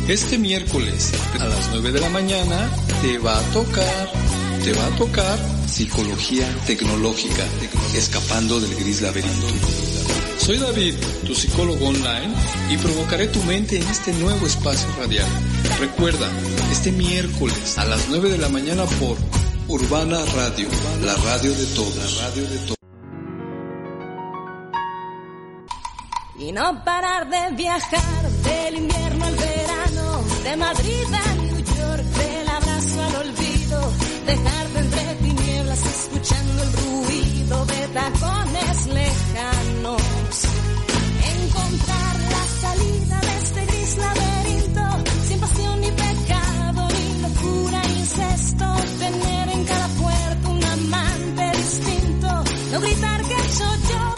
Este miércoles a las 9 de la mañana te va a tocar Psicología Tecnológica, escapando del gris laberinto. Soy David, tu psicólogo online, y provocaré tu mente en este nuevo espacio radial. Recuerda, este miércoles a las 9 de la mañana por Urbana Radio, la radio de todos. Y no parar de viajar del invierno al verano, de Madrid a New York, del abrazo al olvido, dejarte entre tinieblas escuchando el ruido de tacones lejanos, encontrar la salida de este gris laberinto, sin pasión ni pecado, ni locura ni incesto, tener en cada puerta un amante distinto, no gritar que he hecho yo.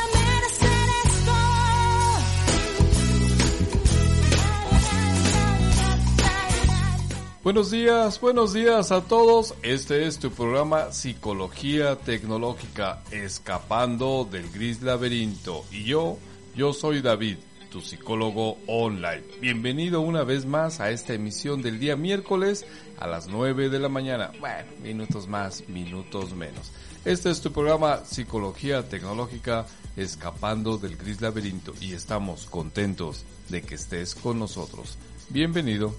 Buenos días a todos. Este es tu programa Psicología Tecnológica, escapando del gris laberinto. Y yo soy David, tu psicólogo online. Bienvenido una vez más a esta emisión del día miércoles a las 9 de la mañana. Bueno, minutos más, minutos menos. Este es tu programa Psicología Tecnológica, escapando del gris laberinto. Y estamos contentos de que estés con nosotros. Bienvenido.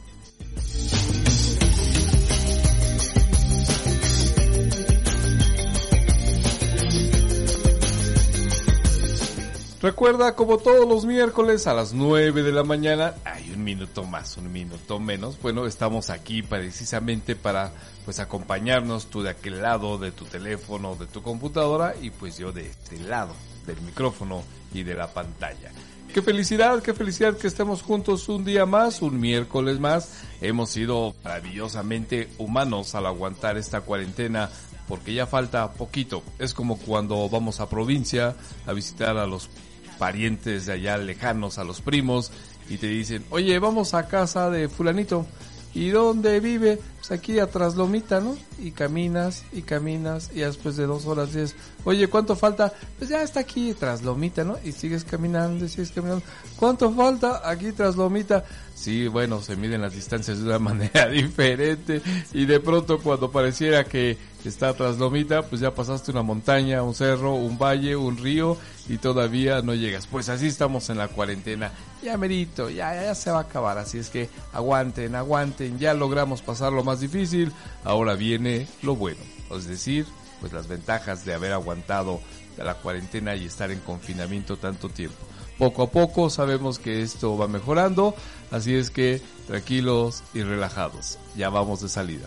Recuerda, como todos los miércoles a las 9 de la mañana, hay un minuto más, un minuto menos. Bueno, estamos aquí precisamente para acompañarnos, tú de aquel lado de tu teléfono, de tu computadora, y pues yo de este lado del micrófono y de la pantalla. Qué felicidad que estemos juntos un día más, un miércoles más. Hemos sido maravillosamente humanos al aguantar esta cuarentena, porque ya falta poquito. Es como cuando vamos a provincia a visitar a los parientes de allá lejanos, a los primos, y te dicen, oye, vamos a casa de fulanito. ¿Y dónde vive? Pues aquí atrás Lomita, ¿no? Y caminas, y después de 2 horas dices, oye, ¿cuánto falta? Pues ya está aquí tras Lomita, ¿no? Y sigues caminando. ¿Cuánto falta? Aquí tras Lomita. Sí, bueno, se miden las distancias de una manera diferente, y de pronto cuando pareciera que está tras Lomita, pues ya pasaste una montaña, un cerro, un valle, un río, y todavía no llegas. Pues así estamos en la cuarentena. Ya merito, ya se va a acabar, así es que aguanten, ya logramos pasar lo más difícil, ahora viene lo bueno, es decir, pues las ventajas de haber aguantado la cuarentena y estar en confinamiento tanto tiempo. Poco a poco sabemos que esto va mejorando, así es que tranquilos y relajados, ya vamos de salida.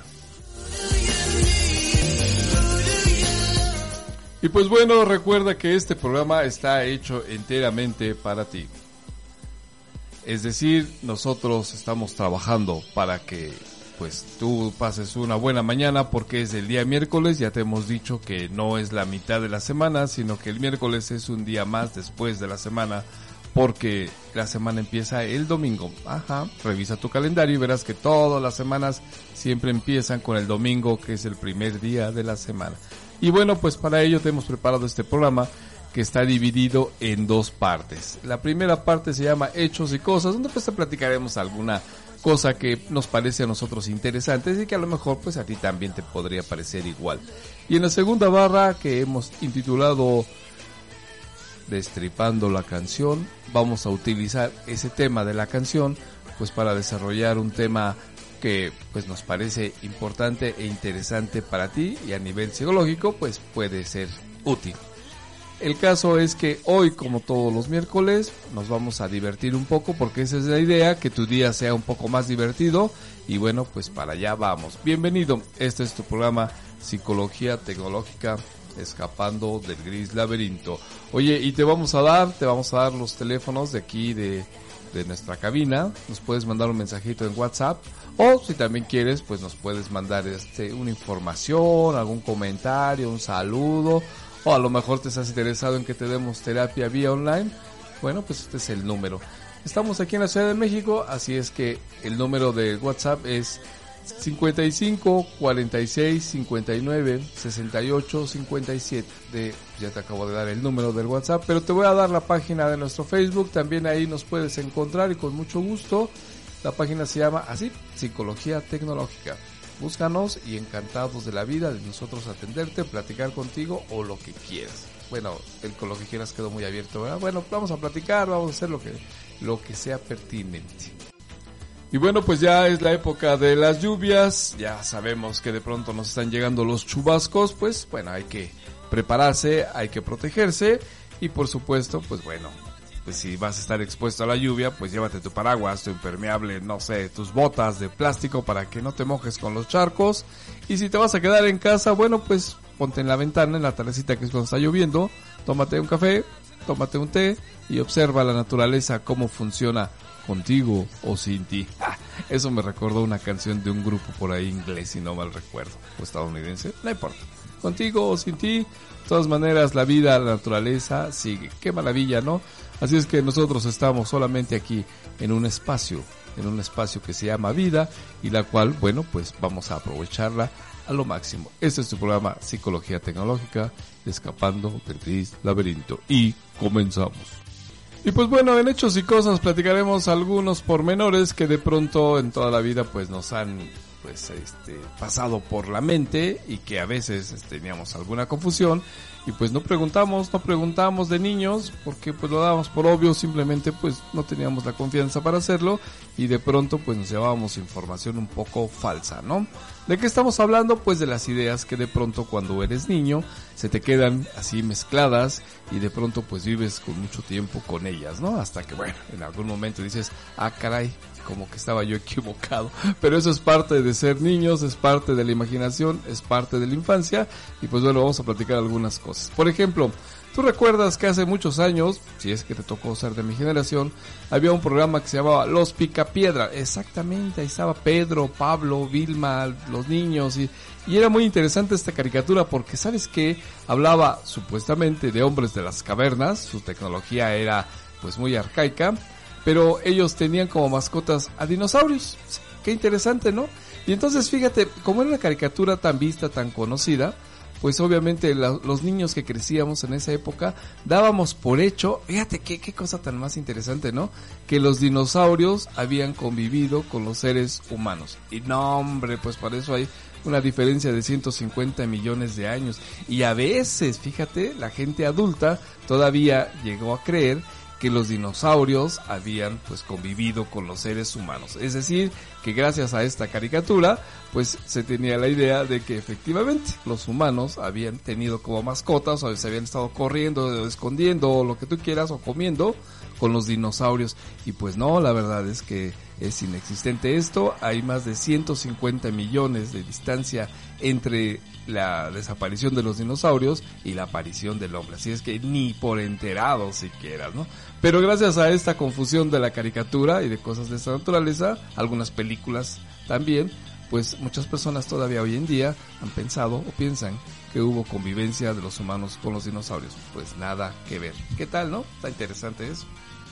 Y pues bueno, recuerda que este programa está hecho enteramente para ti. Es decir, nosotros estamos trabajando para que pues tú pases una buena mañana, porque es el día miércoles. Ya te hemos dicho que no es la mitad de la semana, sino que el miércoles es un día más después de la semana, porque la semana empieza el domingo. Revisa tu calendario y verás que todas las semanas siempre empiezan con el domingo, que es el primer día de la semana. Y bueno, pues para ello te hemos preparado este programa, que está dividido en 2 partes. La primera parte se llama Hechos y Cosas, donde pues te platicaremos alguna cosa que nos parece a nosotros interesante y que a lo mejor pues a ti también te podría parecer igual. Y en la segunda barra, que hemos intitulado Destripando la canción, vamos a utilizar ese tema de la canción pues para desarrollar un tema que pues nos parece importante e interesante para ti, y a nivel psicológico pues puede ser útil. El caso es que hoy, como todos los miércoles, nos vamos a divertir un poco, porque esa es la idea, que tu día sea un poco más divertido, y bueno, pues para allá vamos. Bienvenido, este es tu programa Psicología Tecnológica, escapando del gris laberinto. Oye, y te vamos a dar los teléfonos de aquí de nuestra cabina. Nos puedes mandar un mensajito en WhatsApp, o si también quieres, pues nos puedes mandar una información, algún comentario, un saludo, o a lo mejor te estás interesado en que te demos terapia vía online. Bueno, pues este es el número. Estamos aquí en la Ciudad de México, así es que el número de WhatsApp es 55 46 59 68 57. Ya te acabo de dar el número del WhatsApp, pero te voy a dar la página de nuestro Facebook, también ahí nos puedes encontrar, y con mucho gusto La página se llama así, Psicología Tecnológica. Búscanos y encantados de la vida de nosotros atenderte, platicar contigo o lo que quieras. Bueno, con lo que quieras quedó muy abierto, ¿verdad? Bueno, vamos a platicar, vamos a hacer lo que sea pertinente. Y bueno, pues ya es la época de las lluvias, ya sabemos que de pronto nos están llegando los chubascos, pues bueno, hay que prepararse, hay que protegerse y por supuesto, pues bueno, pues si vas a estar expuesto a la lluvia, pues llévate tu paraguas, tu impermeable, no sé, tus botas de plástico para que no te mojes con los charcos. Y si te vas a quedar en casa, bueno, pues ponte en la ventana, en la tardecita que es cuando está lloviendo, tómate un café, tómate un té y observa la naturaleza cómo funciona contigo o sin ti. Eso me recordó una canción de un grupo por ahí inglés, si no mal recuerdo, o estadounidense, no importa. Contigo o sin ti, de todas maneras la vida, la naturaleza sigue. Qué maravilla, ¿no? Así es que nosotros estamos solamente aquí en un espacio que se llama vida y la cual, bueno, pues vamos a aprovecharla a lo máximo. Este es tu programa Psicología Tecnológica, escapando del gris laberinto. Y comenzamos. Y pues bueno, en Hechos y Cosas platicaremos algunos pormenores que de pronto en toda la vida pues nos han pasado por la mente y que a veces teníamos alguna confusión y pues no preguntamos de niños porque pues lo dábamos por obvio, simplemente pues no teníamos la confianza para hacerlo y de pronto pues nos llevábamos información un poco falsa, ¿no? ¿De qué estamos hablando? Pues de las ideas que de pronto cuando eres niño se te quedan así mezcladas y de pronto pues vives con mucho tiempo con ellas, ¿no? Hasta que bueno, en algún momento dices, caray, como que estaba yo equivocado, pero eso es parte de ser niños, es parte de la imaginación, es parte de la infancia y pues bueno, vamos a platicar algunas cosas. Por ejemplo, tú recuerdas que hace muchos años, si es que te tocó ser de mi generación, había un programa que se llamaba Los Picapiedra, exactamente, ahí estaba Pedro, Pablo, Vilma, los niños y era muy interesante esta caricatura porque ¿sabes qué? Hablaba supuestamente de hombres de las cavernas, su tecnología era pues muy arcaica, pero ellos tenían como mascotas a dinosaurios. Qué interesante, ¿no? Y entonces fíjate, como era una caricatura tan vista, tan conocida, pues obviamente los niños que crecíamos en esa época dábamos por hecho, fíjate qué cosa tan más interesante, ¿no? Que los dinosaurios habían convivido con los seres humanos. Y no, hombre, pues para eso hay una diferencia de 150 millones de años. Y a veces, fíjate, la gente adulta todavía llegó a creer que los dinosaurios habían pues convivido con los seres humanos. Es decir, que gracias a esta caricatura pues se tenía la idea de que efectivamente los humanos habían tenido como mascotas o se habían estado corriendo, o escondiendo o lo que tú quieras o comiendo con los dinosaurios. Y pues no, la verdad es que es inexistente esto. Hay más de 150 millones de distancia entre la desaparición de los dinosaurios y la aparición del hombre, así es que ni por enterado siquiera, ¿no? Pero gracias a esta confusión de la caricatura y de cosas de esta naturaleza, algunas películas también, pues muchas personas todavía hoy en día han pensado o piensan que hubo convivencia de los humanos con los dinosaurios. Pues nada que ver. ¿Qué tal, no? Está interesante eso.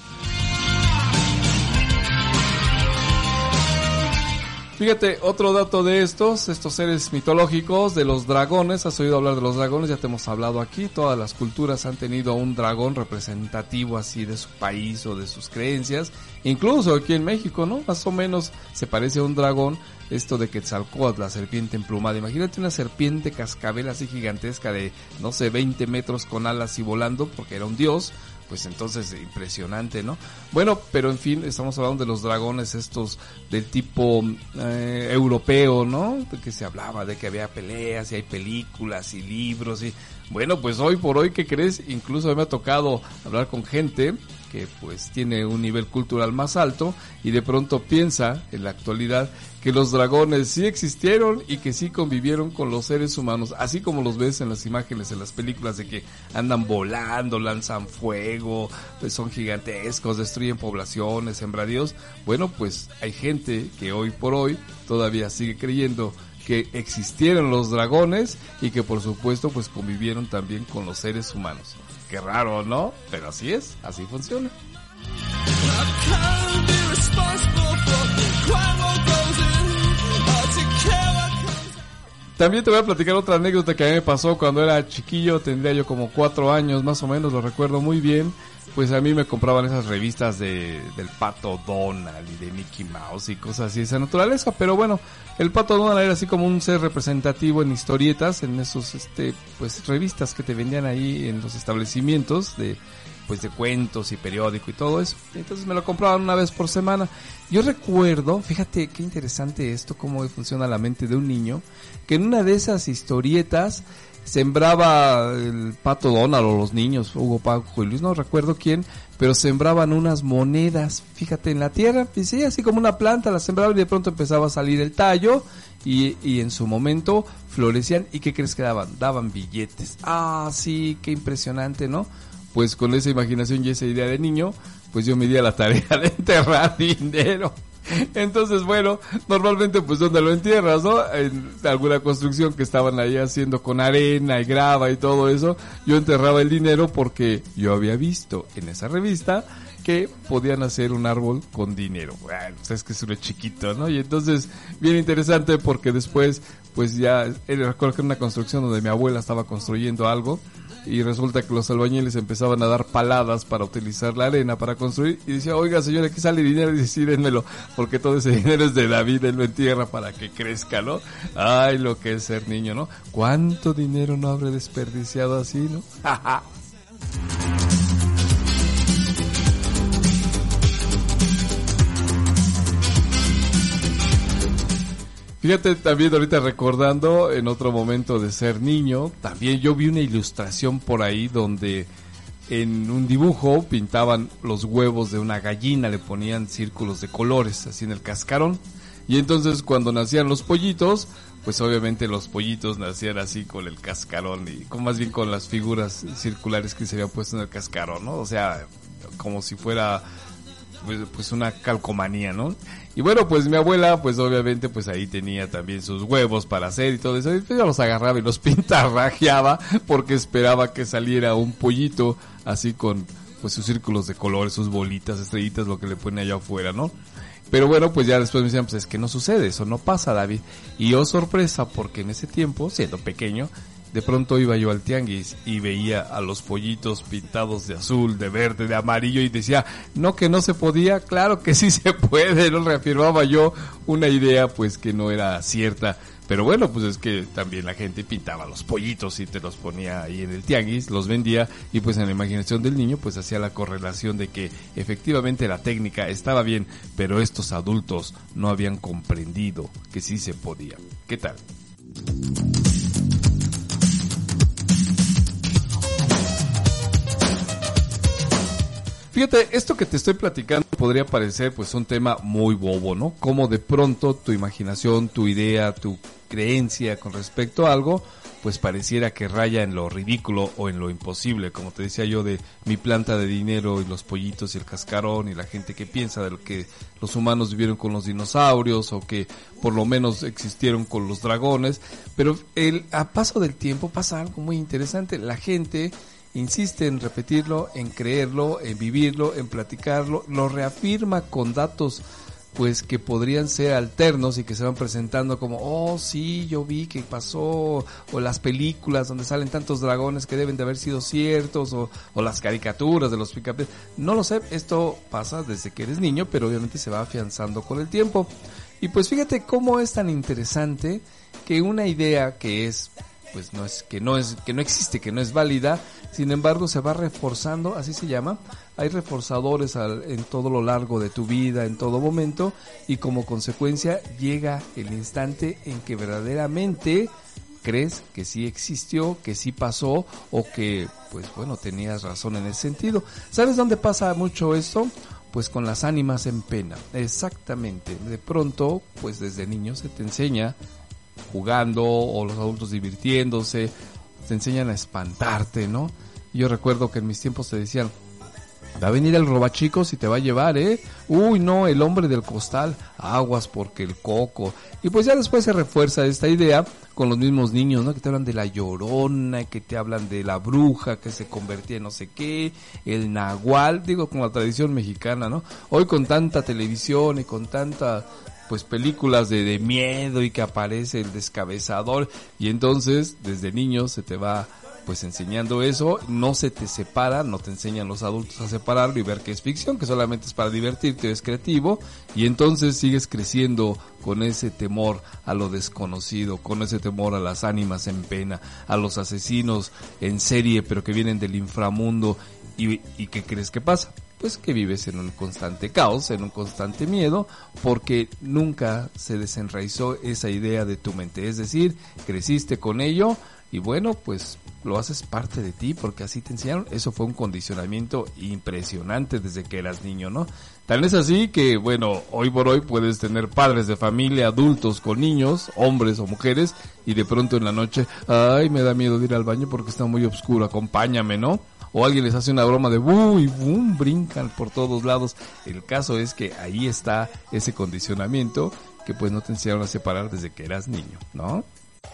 Fíjate, otro dato de estos seres mitológicos, de los dragones. ¿Has oído hablar de los dragones? Ya te hemos hablado aquí. Todas las culturas han tenido un dragón representativo así de su país o de sus creencias. Incluso aquí en México, ¿no? Más o menos se parece a un dragón esto de Quetzalcóatl, la serpiente emplumada. Imagínate una serpiente cascabel así gigantesca de, no sé, 20 metros con alas y volando, porque era un dios. Pues entonces impresionante, ¿no? Bueno, pero en fin, estamos hablando de los dragones estos del tipo europeo, ¿no? De que se hablaba de que había peleas y hay películas y libros y... Bueno, pues hoy por hoy, ¿qué crees? Incluso me ha tocado hablar con gente que pues tiene un nivel cultural más alto y de pronto piensa en la actualidad que los dragones sí existieron y que sí convivieron con los seres humanos, así como los ves en las imágenes, en las películas de que andan volando, lanzan fuego, pues son gigantescos, destruyen poblaciones, sembradíos. Bueno, pues hay gente que hoy por hoy todavía sigue creyendo que existieron los dragones y que por supuesto pues convivieron también con los seres humanos. Qué raro, ¿no? Pero así es, así funciona. También te voy a platicar otra anécdota que a mí me pasó cuando era chiquillo, tendría yo como 4 años más o menos, lo recuerdo muy bien. Pues a mí me compraban esas revistas del Pato Donald y de Mickey Mouse y cosas así de esa naturaleza, pero bueno, el Pato Donald era así como un ser representativo en historietas, en esos pues revistas que te vendían ahí en los establecimientos de cuentos y periódico y todo eso. Entonces me lo compraban una vez por semana. Yo recuerdo, fíjate qué interesante esto, cómo funciona la mente de un niño, que en una de esas historietas sembraba el Pato Donald o los niños, Hugo, Paco y Luis, no recuerdo quién, pero sembraban unas monedas, fíjate, en la tierra, y sí, así como una planta, la sembraban y de pronto empezaba a salir el tallo y en su momento florecían. ¿Y qué crees que daban? Daban billetes. Ah, sí, qué impresionante, ¿no? Pues con esa imaginación y esa idea de niño, pues yo me di a la tarea de enterrar dinero. Entonces, bueno, normalmente pues donde lo entierras, ¿no? En alguna construcción que estaban ahí haciendo con arena y grava y todo eso, yo enterraba el dinero porque yo había visto en esa revista que podían hacer un árbol con dinero. Bueno, pues es que es uno chiquito, ¿no? Y entonces, bien interesante porque después, pues ya, recuerdo que era una construcción donde mi abuela estaba construyendo algo, y resulta que los albañiles empezaban a dar paladas para utilizar la arena para construir, y decía, oiga señora, aquí sale dinero, y dice, sí, dénmelo, porque todo ese dinero es de David, él lo entierra para que crezca, ¿no? Ay, lo que es ser niño, ¿no? ¿Cuánto dinero no habré desperdiciado así, no? Fíjate, también ahorita recordando en otro momento de ser niño, también yo vi una ilustración por ahí donde en un dibujo pintaban los huevos de una gallina, le ponían círculos de colores así en el cascarón, y entonces cuando nacían los pollitos, pues obviamente los pollitos nacían así con el cascarón y más bien con las figuras circulares que se habían puesto en el cascarón, ¿no? O sea, como si fuera pues una calcomanía, ¿no? Y bueno, pues mi abuela, pues obviamente, pues ahí tenía también sus huevos para hacer y todo eso, y pues yo los agarraba y los pintarrajeaba porque esperaba que saliera un pollito así con pues sus círculos de colores, sus bolitas, estrellitas, lo que le pone allá afuera, ¿no? Pero bueno, pues ya después me decían, pues es que no sucede, eso no pasa, David. Y oh sorpresa, porque en ese tiempo, siendo pequeño, de pronto iba yo al tianguis y veía a los pollitos pintados de azul, de verde, de amarillo, y decía, no, que no se podía, claro que sí se puede, ¿no? Reafirmaba yo una idea pues que no era cierta. Pero bueno, pues es que también la gente pintaba los pollitos y te los ponía ahí en el tianguis, los vendía, y pues en la imaginación del niño pues hacía la correlación de que efectivamente la técnica estaba bien, pero estos adultos no habían comprendido que sí se podía. ¿Qué tal? Fíjate, esto que te estoy platicando podría parecer pues un tema muy bobo, ¿no? Como de pronto tu imaginación, tu idea, tu creencia con respecto a algo, pues pareciera que raya en lo ridículo o en lo imposible, como te decía yo de mi planta de dinero y los pollitos y el cascarón y la gente que piensa de lo que los humanos vivieron con los dinosaurios o que por lo menos existieron con los dragones, pero a paso del tiempo pasa algo muy interesante, la gente insiste en repetirlo, en creerlo, en vivirlo, en platicarlo, lo reafirma con datos pues que podrían ser alternos y que se van presentando como, oh sí, yo vi que pasó, o las películas donde salen tantos dragones que deben de haber sido ciertos, o las caricaturas de los Picapiedras, no lo sé, esto pasa desde que eres niño, pero obviamente se va afianzando con el tiempo. Y pues fíjate cómo es tan interesante que una idea que es pues que no existe, que no es válida, sin embargo se va reforzando, así se llama, hay reforzadores en todo lo largo de tu vida, en todo momento, y como consecuencia llega el instante en que verdaderamente crees que sí existió, que sí pasó, o que pues bueno, tenías razón en ese sentido. ¿Sabes dónde pasa mucho esto? Pues con las ánimas en pena, exactamente, de pronto pues desde niño se te enseña jugando o los adultos divirtiéndose, te enseñan a espantarte, ¿no? Yo recuerdo que en mis tiempos te decían, Va a venir el robachicos y te va a llevar, uy no, el hombre del costal, aguas porque el coco. Y pues ya después se refuerza esta idea con los mismos niños, ¿no? Que te hablan de la Llorona, que te hablan de la bruja que se convertía en no sé qué, el nahual, digo, como la tradición mexicana, ¿no? Hoy con tanta televisión y con tanta pues películas de miedo y que aparece el descabezador, y entonces desde niños se te va pues enseñando eso, no se te separa, no te enseñan los adultos a separarlo y ver que es ficción, que solamente es para divertirte, es creativo, y entonces sigues creciendo con ese temor a lo desconocido, con ese temor a las ánimas en pena, a los asesinos en serie pero que vienen del inframundo. ¿Y qué crees que pasa? Pues que vives en un constante caos, en un constante miedo, porque nunca se desenraizó esa idea de tu mente, es decir, creciste con ello y bueno, pues lo haces parte de ti porque así te enseñaron. Eso fue un condicionamiento impresionante desde que eras niño, ¿no? Tal es así que, bueno, hoy por hoy puedes tener padres de familia, adultos con niños, hombres o mujeres, y de pronto en la noche, ay, me da miedo de ir al baño porque está muy oscuro, acompáñame, ¿no? O alguien les hace una broma de y boom, brincan por todos lados. El caso es que ahí está ese condicionamiento que pues no te enseñaron a separar desde que eras niño, ¿no?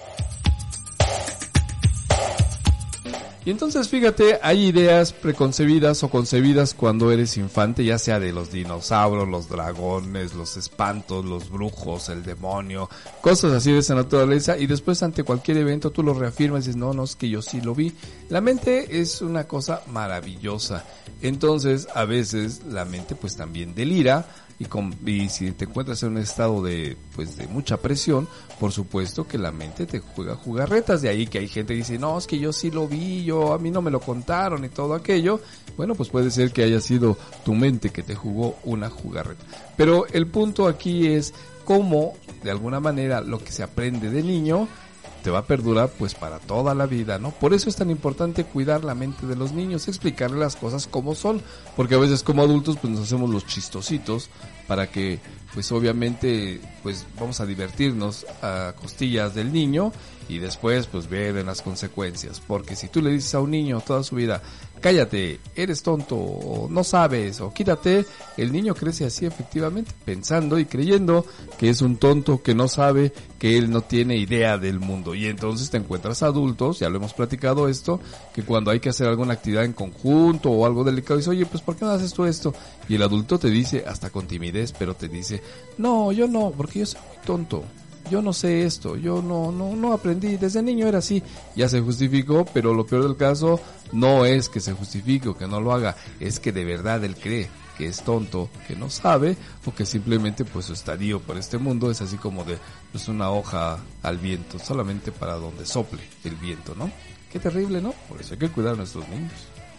Y entonces fíjate, hay ideas preconcebidas o concebidas cuando eres infante, ya sea de los dinosaurios, los dragones, los espantos, los brujos, el demonio, cosas así de esa naturaleza, y después ante cualquier evento tú lo reafirmas y dices, no, es que yo sí lo vi. La mente es una cosa maravillosa, entonces a veces la mente pues también delira, y si te encuentras en un estado de mucha presión, por supuesto que la mente te juega jugarretas. De ahí que hay gente que dice, no, es que yo sí lo vi, a mí no me lo contaron y todo aquello. Bueno, pues puede ser que haya sido tu mente que te jugó una jugarreta. Pero el punto aquí es cómo, de alguna manera, lo que se aprende de niño te va a perdurar pues para toda la vida, ¿no? Por eso es tan importante cuidar la mente de los niños, explicarle las cosas como son, porque a veces como adultos pues nos hacemos los chistositos para que pues obviamente pues vamos a divertirnos a costillas del niño y después pues ver en las consecuencias, porque si tú le dices a un niño toda su vida, cállate, eres tonto, o no sabes, o quítate, el niño crece así efectivamente, pensando y creyendo que es un tonto, que no sabe, que él no tiene idea del mundo. Y entonces te encuentras adultos, ya lo hemos platicado esto, que cuando hay que hacer alguna actividad en conjunto o algo delicado, dice, oye, pues ¿por qué no haces tú esto? Y el adulto te dice, hasta con timidez, pero te dice, no, yo no, porque yo soy muy tonto. Yo no sé esto, yo no aprendí, desde niño era así, ya se justificó, pero lo peor del caso no es que se justifique o que no lo haga, es que de verdad él cree que es tonto, que no sabe, o que simplemente pues su estadio por este mundo es así como de pues una hoja al viento, solamente para donde sople el viento, ¿no? Qué terrible, ¿no? Por eso hay que cuidar a nuestros niños.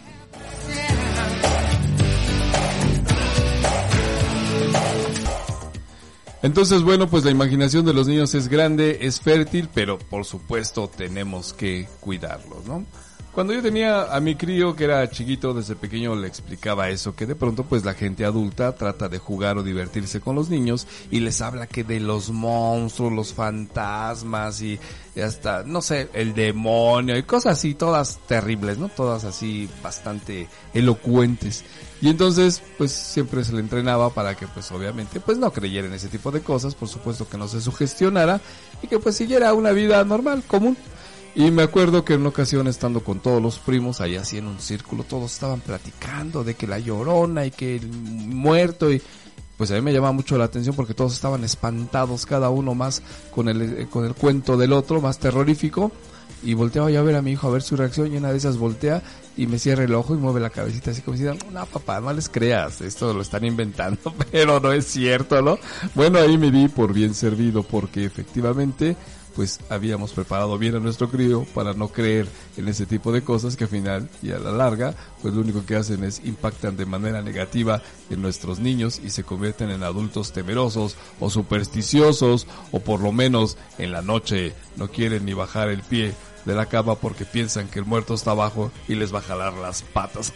Entonces, bueno, pues la imaginación de los niños es grande, es fértil, pero por supuesto tenemos que cuidarlos, ¿no? Cuando yo tenía a mi crío que era chiquito, desde pequeño le explicaba eso, que de pronto pues la gente adulta trata de jugar o divertirse con los niños y les habla que de los monstruos, los fantasmas y hasta, no sé, el demonio y cosas así, todas terribles, ¿no? Todas así bastante elocuentes. Y entonces, pues siempre se le entrenaba para que pues obviamente pues no creyera en ese tipo de cosas, por supuesto que no se sugestionara y que pues siguiera una vida normal, común. Y me acuerdo que en una ocasión estando con todos los primos, ahí así en un círculo, todos estaban platicando de que la Llorona y que el muerto y pues a mí me llamaba mucho la atención porque todos estaban espantados, cada uno más con el cuento del otro, más terrorífico. Y volteaba yo a ver a mi hijo a ver su reacción y una de esas voltea y me cierra el ojo y mueve la cabecita así como diciendo, no papá, no les creas, esto lo están inventando, pero no es cierto, ¿no? Bueno, ahí me di por bien servido porque efectivamente pues habíamos preparado bien a nuestro crío para no creer en ese tipo de cosas que al final y a la larga pues lo único que hacen es impactan de manera negativa en nuestros niños y se convierten en adultos temerosos o supersticiosos o por lo menos en la noche no quieren ni bajar el pie de la cama porque piensan que el muerto está abajo y les va a jalar las patas.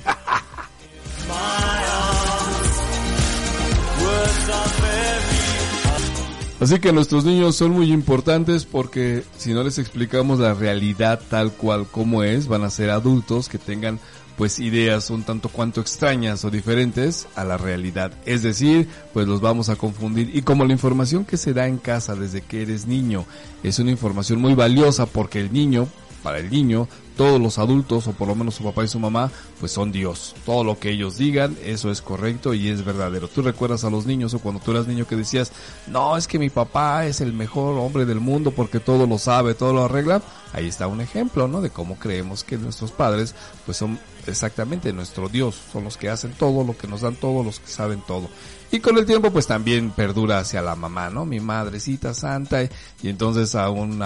Así que nuestros niños son muy importantes porque si no les explicamos la realidad tal cual como es, van a ser adultos que tengan pues ideas un tanto cuanto extrañas o diferentes a la realidad. Es decir, pues los vamos a confundir. Y como la información que se da en casa desde que eres niño es una información muy valiosa, porque para el niño, todos los adultos, o por lo menos su papá y su mamá, pues son Dios. Todo lo que ellos digan, eso es correcto y es verdadero. ¿Tú recuerdas a los niños o cuando tú eras niño que decías, no, es que mi papá es el mejor hombre del mundo porque todo lo sabe, todo lo arregla? Ahí está un ejemplo, ¿no? De cómo creemos que nuestros padres, pues son exactamente nuestro Dios. Son los que hacen todo, lo que nos dan todo, los que saben todo. Y con el tiempo, pues también perdura hacia la mamá, ¿no? Mi madrecita santa. Y entonces a un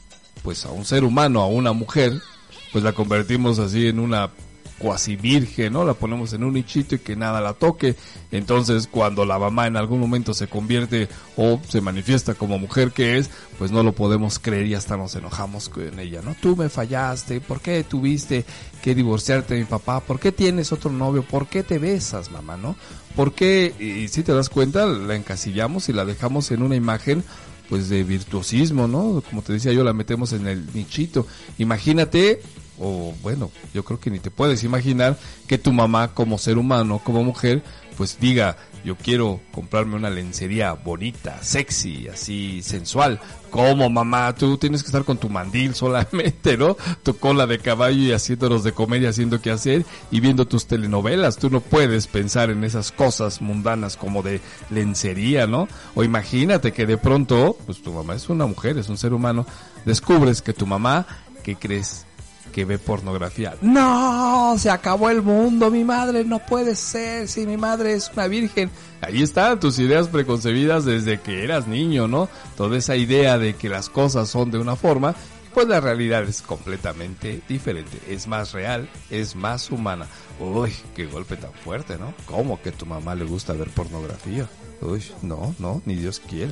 ser humano, a una mujer, pues la convertimos así en una cuasi virgen, ¿no? La ponemos en un nichito y que nada la toque. Entonces, cuando la mamá en algún momento se convierte o se manifiesta como mujer que es, pues no lo podemos creer y hasta nos enojamos con ella, ¿no? Tú me fallaste, ¿por qué tuviste que divorciarte de mi papá? ¿Por qué tienes otro novio? ¿Por qué te besas, mamá, no? ¿Por qué? Y si te das cuenta, la encasillamos y la dejamos en una imagen pues de virtuosismo, ¿no? Como te decía yo, la metemos en el nichito. Imagínate, o bueno, yo creo que ni te puedes imaginar que tu mamá como ser humano, como mujer, pues diga, yo quiero comprarme una lencería bonita, sexy, así sensual. ¿Cómo, mamá? Tú tienes que estar con tu mandil solamente, ¿no? Tu cola de caballo y haciéndonos de comer y haciendo qué hacer y viendo tus telenovelas. Tú no puedes pensar en esas cosas mundanas como de lencería, ¿no? O imagínate que de pronto, pues tu mamá es una mujer, es un ser humano, descubres que tu mamá, ¿qué crees? Que ve pornografía. ¡No! Se acabó el mundo, mi madre no puede ser, si mi madre es una virgen. Ahí están tus ideas preconcebidas desde que eras niño, ¿no? Toda esa idea de que las cosas son de una forma, pues la realidad es completamente diferente. Es más real, es más humana. Uy, qué golpe tan fuerte, ¿no? ¿Cómo que a tu mamá le gusta ver pornografía? Uy, no, ni Dios quiere.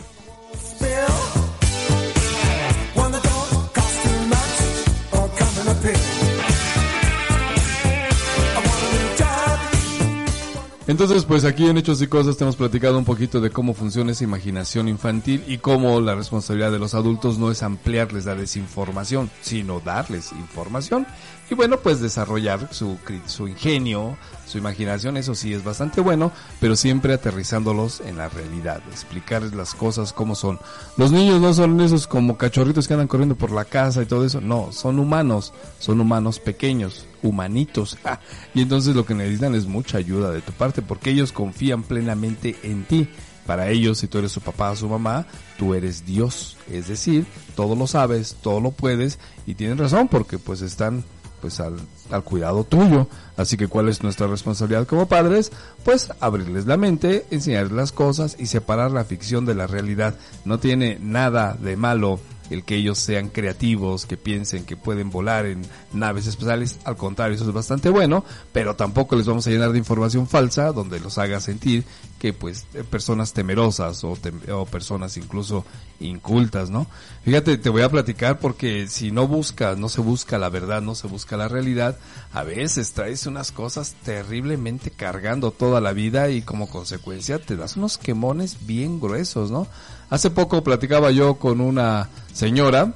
Entonces, pues aquí en Hechos y Cosas te hemos platicado un poquito de cómo funciona esa imaginación infantil y cómo la responsabilidad de los adultos no es ampliarles la desinformación, sino darles información. Y bueno, pues desarrollar su ingenio, su imaginación, eso sí es bastante bueno, pero siempre aterrizándolos en la realidad, explicarles las cosas como son. Los niños no son esos como cachorritos que andan corriendo por la casa y todo eso, no, son humanos pequeños, humanitos, y entonces lo que necesitan es mucha ayuda de tu parte, porque ellos confían plenamente en ti. Para ellos, si tú eres su papá o su mamá, tú eres Dios, es decir, todo lo sabes, todo lo puedes, y tienen razón porque pues están pues al cuidado tuyo. Así que ¿cuál es nuestra responsabilidad como padres? Pues abrirles la mente, enseñarles las cosas y separar la ficción de la realidad. No tiene nada de malo el que ellos sean creativos, que piensen que pueden volar en naves espaciales. Al contrario, eso es bastante bueno, pero tampoco les vamos a llenar de información falsa donde los haga sentir que pues personas temerosas o personas incluso incultas, ¿no? Fíjate, te voy a platicar porque si no se busca la verdad, no se busca la realidad, a veces traes unas cosas terriblemente cargando toda la vida y como consecuencia te das unos quemones bien gruesos, ¿no? Hace poco platicaba yo con una señora,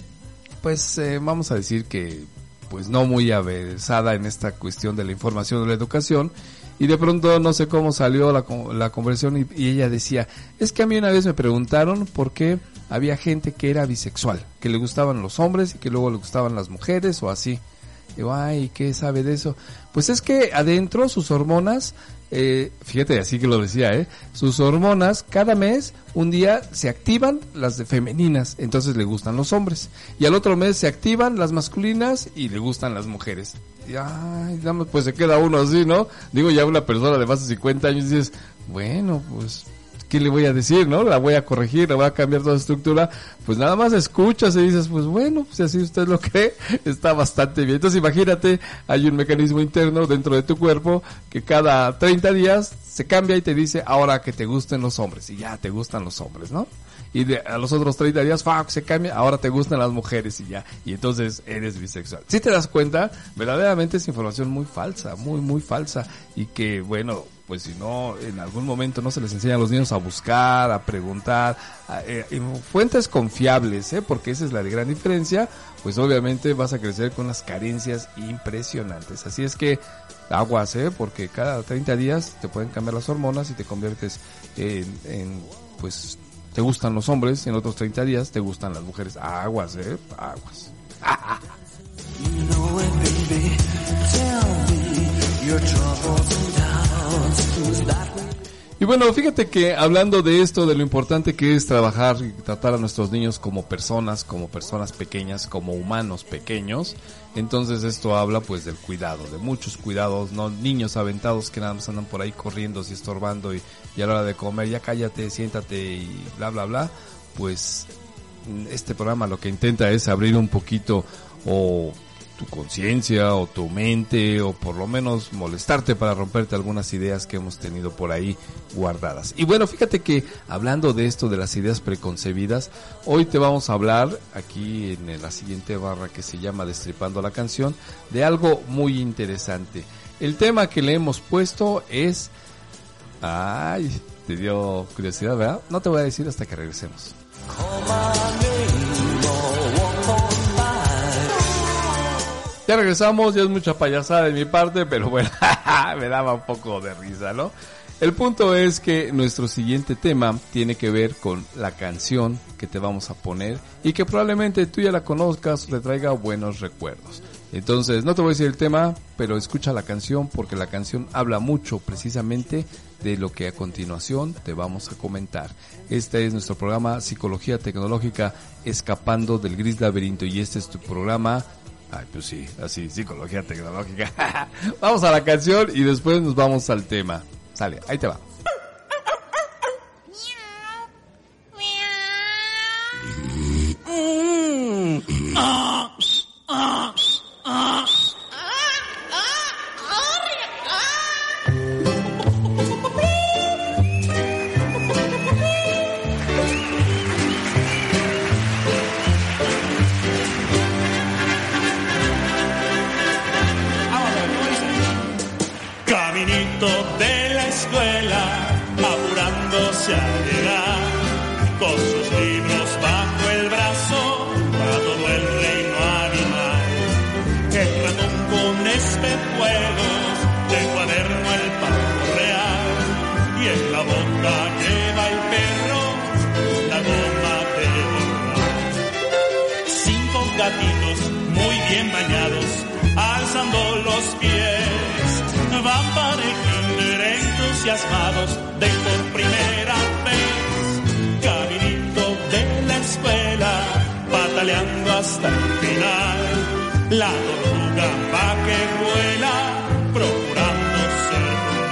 pues vamos a decir que pues no muy aversada en esta cuestión de la información de la educación, y de pronto no sé cómo salió la conversación y ella decía, es que a mí una vez me preguntaron por qué había gente que era bisexual, que le gustaban los hombres y que luego le gustaban las mujeres o así. Digo, ay, ¿qué sabe de eso? Pues es que adentro sus hormonas, fíjate, así que lo decía, sus hormonas cada mes, un día se activan las de femeninas, entonces le gustan los hombres, y al otro mes se activan las masculinas y le gustan las mujeres. Y ay, pues se queda uno así, ¿no? Digo, ya una persona de más de 50 años dices, bueno, pues ¿qué le voy a decir, no? La voy a corregir, la voy a cambiar toda la estructura. Pues nada más escuchas y dices, pues bueno, si así usted lo cree, está bastante bien. Entonces imagínate, hay un mecanismo interno dentro de tu cuerpo que cada 30 días se cambia y te dice, ahora que te gusten los hombres. Y ya te gustan los hombres, ¿no? Y a los otros 30 días, se cambia, ahora te gustan las mujeres y ya. Y entonces eres bisexual. Si te das cuenta, verdaderamente es información muy falsa, muy, muy falsa. Y que, bueno, pues si no, en algún momento no se les enseña a los niños a buscar, a preguntar, en fuentes confiables, porque esa es la gran diferencia, pues obviamente vas a crecer con unas carencias impresionantes. Así es que aguas, porque cada 30 días te pueden cambiar las hormonas y te conviertes en pues te gustan los hombres, en otros 30 días te gustan las mujeres. Aguas, aguas. Y bueno, fíjate que hablando de esto, de lo importante que es trabajar y tratar a nuestros niños como personas pequeñas, como humanos pequeños, entonces esto habla pues del cuidado, de muchos cuidados, no niños aventados que nada más andan por ahí corriendo y estorbando y a la hora de comer, ya cállate, siéntate y bla bla bla. Pues este programa lo que intenta es abrir un poquito o tu conciencia o tu mente, o por lo menos molestarte para romperte algunas ideas que hemos tenido por ahí guardadas. Y bueno, fíjate que hablando de esto de las ideas preconcebidas, hoy te vamos a hablar aquí en la siguiente barra que se llama Destripando la Canción, de algo muy interesante. El tema que le hemos puesto es... Ay, te dio curiosidad, ¿verdad? No te voy a decir hasta que regresemos. Ya regresamos, ya es mucha payasada de mi parte, pero bueno, me daba un poco de risa, ¿no? El punto es que nuestro siguiente tema tiene que ver con la canción que te vamos a poner y que probablemente tú ya la conozcas o te traiga buenos recuerdos. Entonces, no te voy a decir el tema, pero escucha la canción porque la canción habla mucho precisamente de lo que a continuación te vamos a comentar. Este es nuestro programa Psicología Tecnológica, Escapando del Gris Laberinto, y este es tu programa... Ay, pues sí, así, Psicología Tecnológica. Vamos a la canción y después nos vamos al tema. Sale, ahí te va. De la escuela, apurándose a llegar, con sus libros bajo el brazo, para todo el reino animal. El ratón con espejuelos, de cuaderno el pavo real, y en la boca lleva el perro, la goma de borrar. 5 gatitos muy bien bañados, alzando los pies, van para el kinder entusiasmados de por primera vez. Caminito de la escuela, pataleando hasta el final. La tortuga va que vuela, procurando ser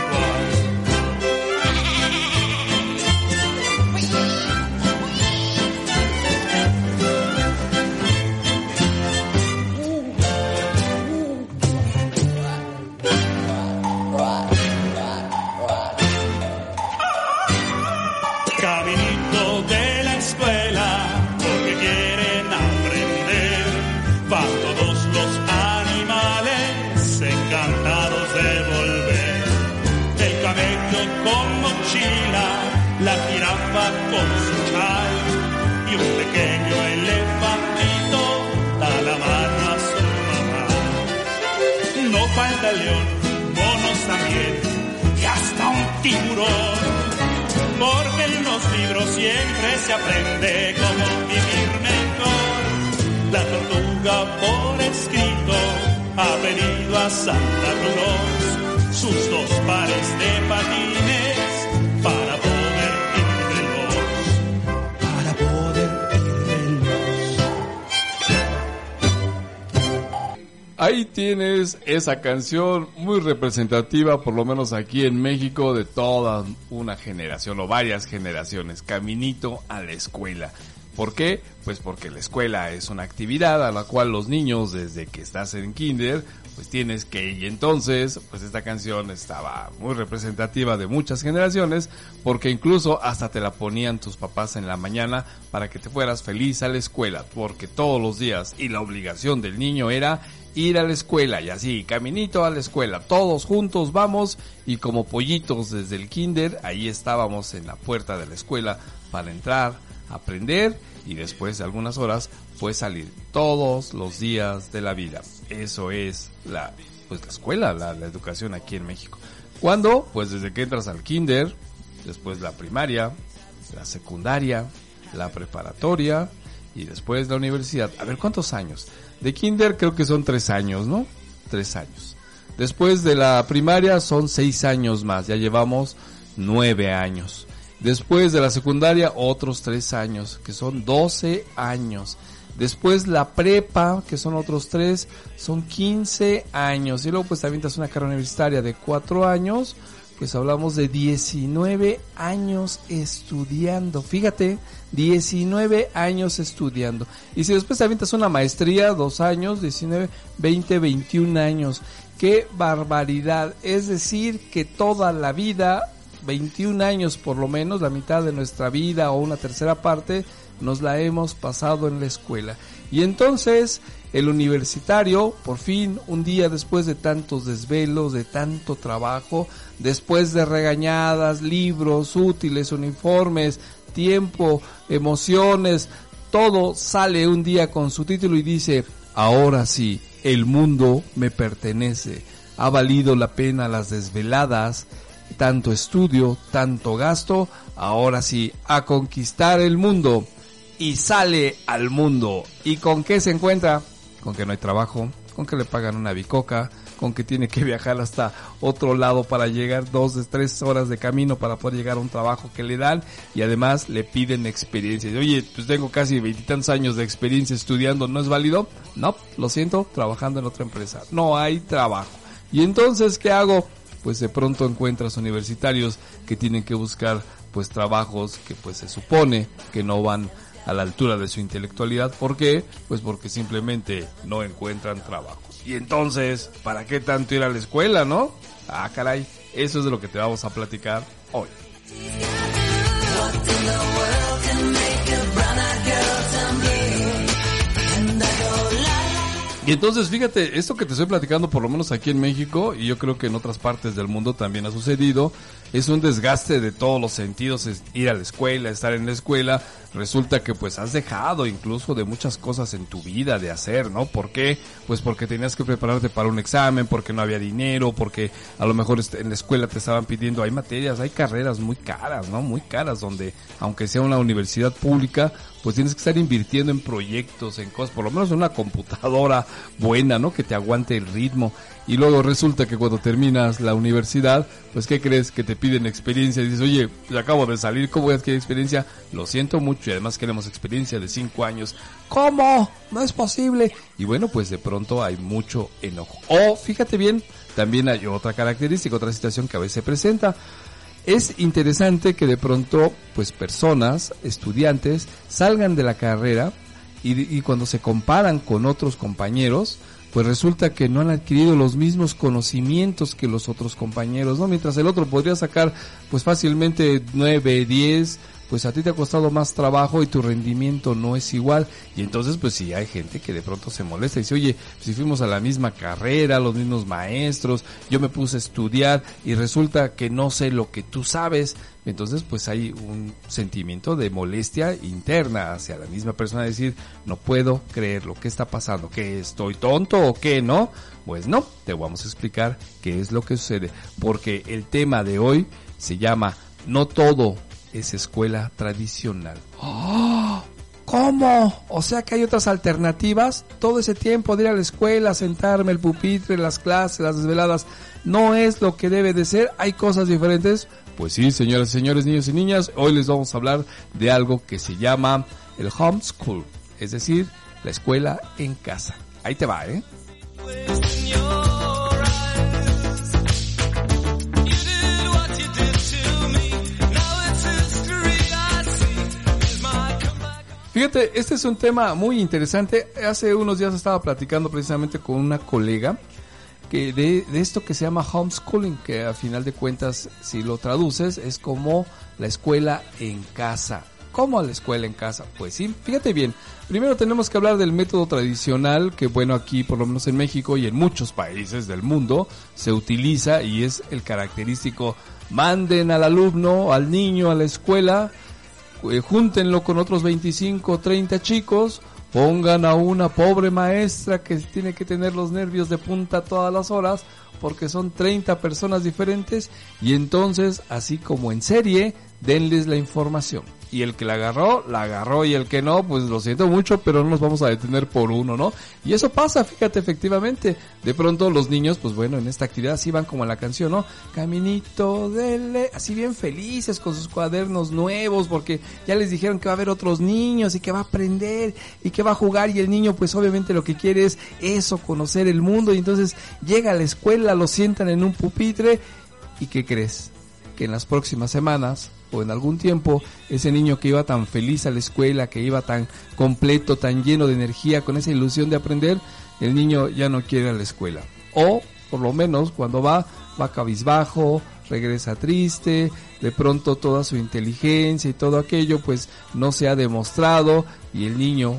la jirafa con su chal y un pequeño elefantito da la mano a su mamá. No falta el león, monos también y hasta un tiburón, porque en los libros siempre se aprende cómo vivir mejor. La tortuga por escrito ha pedido a Santa Claus sus 2 pares de patines para poder ir veloz. Ahí tienes esa canción muy representativa, por lo menos aquí en México, de toda una generación o varias generaciones. Caminito a la escuela. ¿Por qué? Pues porque la escuela es una actividad a la cual los niños, desde que estás en kinder, pues tienes que ir. Y entonces, pues esta canción estaba muy representativa de muchas generaciones, porque incluso hasta te la ponían tus papás en la mañana para que te fueras feliz a la escuela, porque todos los días, y la obligación del niño era ir a la escuela, y así, caminito a la escuela, todos juntos vamos, y como pollitos desde el kinder, ahí estábamos en la puerta de la escuela para entrar, aprender, y después de algunas horas, pues salir todos los días de la vida. Eso es la escuela, la educación aquí en México. ¿Cuándo? Pues desde que entras al kinder, después la primaria, la secundaria, la preparatoria y después la universidad. A ver, ¿cuántos años? De kinder creo que son 3 años, ¿no? 3 años. Después de la primaria son 6 años más, ya llevamos 9 años. Después de la secundaria otros 3 años, que son 12 años. Después la prepa, que son otros 3, son 15 años. Y luego pues también te haces una carrera universitaria de 4 años, pues hablamos de 19 años estudiando. Fíjate, 19 años estudiando. Y si después te avientas una maestría, 2 años, 19, 20, 21 años. ¡Qué barbaridad! Es decir, que toda la vida, 21 años por lo menos, la mitad de nuestra vida o una tercera parte, nos la hemos pasado en la escuela. Y entonces el universitario, por fin, un día después de tantos desvelos, de tanto trabajo, después de regañadas, libros, útiles, uniformes, tiempo, emociones, todo sale un día con su título y dice: ahora sí, el mundo me pertenece. Ha valido la pena las desveladas, tanto estudio, tanto gasto, ahora sí, a conquistar el mundo. Y sale al mundo. ¿Y con qué se encuentra? Con que no hay trabajo, con que le pagan una bicoca, con que tiene que viajar hasta otro lado para llegar 2 3 horas de camino para poder llegar a un trabajo que le dan, y además le piden experiencia. Y, oye, pues tengo casi 20 y tantos años de experiencia estudiando, ¿no es válido? No, lo siento, trabajando en otra empresa. No hay trabajo. ¿Y entonces qué hago? Pues de pronto encuentras universitarios que tienen que buscar pues trabajos que pues se supone que no van a la altura de su intelectualidad. ¿Por qué? Pues porque simplemente no encuentran trabajo. Y entonces, ¿para qué tanto ir a la escuela, no? Ah, caray, eso es de lo que te vamos a platicar hoy. Y entonces, fíjate, esto que te estoy platicando, por lo menos aquí en México, y yo creo que en otras partes del mundo también ha sucedido, es un desgaste de todos los sentidos, es ir a la escuela, estar en la escuela. Resulta que pues has dejado incluso de muchas cosas en tu vida de hacer, ¿no? ¿Por qué? Pues porque tenías que prepararte para un examen, porque no había dinero, porque a lo mejor en la escuela te estaban pidiendo, hay materias, hay carreras muy caras, ¿no? Muy caras, donde aunque sea una universidad pública, pues tienes que estar invirtiendo en proyectos, en cosas, por lo menos una computadora buena, ¿no? Que te aguante el ritmo. Y luego resulta que cuando terminas la universidad, pues ¿qué crees? Que te piden experiencia y dices, oye, ya acabo de salir, ¿cómo voy a adquirir experiencia? Lo siento mucho, y además queremos experiencia de 5 años. ¿Cómo? No es posible. Y bueno, pues de pronto hay mucho enojo. O, fíjate bien, también hay otra característica, otra situación que a veces se presenta. Es interesante que de pronto, pues personas, estudiantes, salgan de la carrera y cuando se comparan con otros compañeros, pues resulta que no han adquirido los mismos conocimientos que los otros compañeros, ¿no? Mientras el otro podría sacar pues fácilmente 9, 10, pues a ti te ha costado más trabajo y tu rendimiento no es igual. Y entonces pues sí hay gente que de pronto se molesta y dice, oye, si fuimos a la misma carrera, los mismos maestros, yo me puse a estudiar y resulta que no sé lo que tú sabes. Entonces pues hay un sentimiento de molestia interna hacia la misma persona, decir, no puedo creer lo que está pasando, que estoy tonto o qué, ¿no? Pues no, te vamos a explicar qué es lo que sucede, porque el tema de hoy se llama No todo es escuela tradicional. ¡Oh! ¿Cómo? O sea que hay otras alternativas. Todo ese tiempo de ir a la escuela, sentarme, el pupitre, las clases, las desveladas, no es lo que debe de ser. Hay cosas diferentes. Pues sí, señoras y señores, niños y niñas, hoy les vamos a hablar de algo que se llama el homeschool, es decir, la escuela en casa. Ahí te va, ¿eh? Fíjate, este es un tema muy interesante. Hace unos días estaba platicando precisamente con una colega que de esto que se llama homeschooling, que a final de cuentas, si lo traduces, es como la escuela en casa. ¿Cómo la escuela en casa? Pues sí, fíjate bien. Primero tenemos que hablar del método tradicional, que bueno, aquí por lo menos en México y en muchos países del mundo se utiliza y es el característico: manden al alumno, al niño a la escuela, júntenlo con otros 25 o 30 chicos, pongan a una pobre maestra que tiene que tener los nervios de punta todas las horas porque son 30 personas diferentes, y entonces, así como en serie, denles la información. Y el que la agarró, y el que no, pues lo siento mucho, pero no nos vamos a detener por uno, ¿no? Y eso pasa, fíjate, efectivamente. De pronto los niños, pues bueno, en esta actividad así van como en la canción, ¿no? Caminito dele, así bien felices con sus cuadernos nuevos, porque ya les dijeron que va a haber otros niños y que va a aprender y que va a jugar, y el niño pues obviamente lo que quiere es eso, conocer el mundo, y entonces llega a la escuela, lo sientan en un pupitre, ¿y qué crees? Que en las próximas semanas o en algún tiempo, ese niño que iba tan feliz a la escuela, que iba tan completo, tan lleno de energía, con esa ilusión de aprender, el niño ya no quiere ir a la escuela. O, por lo menos, cuando va cabizbajo, regresa triste, de pronto toda su inteligencia y todo aquello, pues no se ha demostrado, y el niño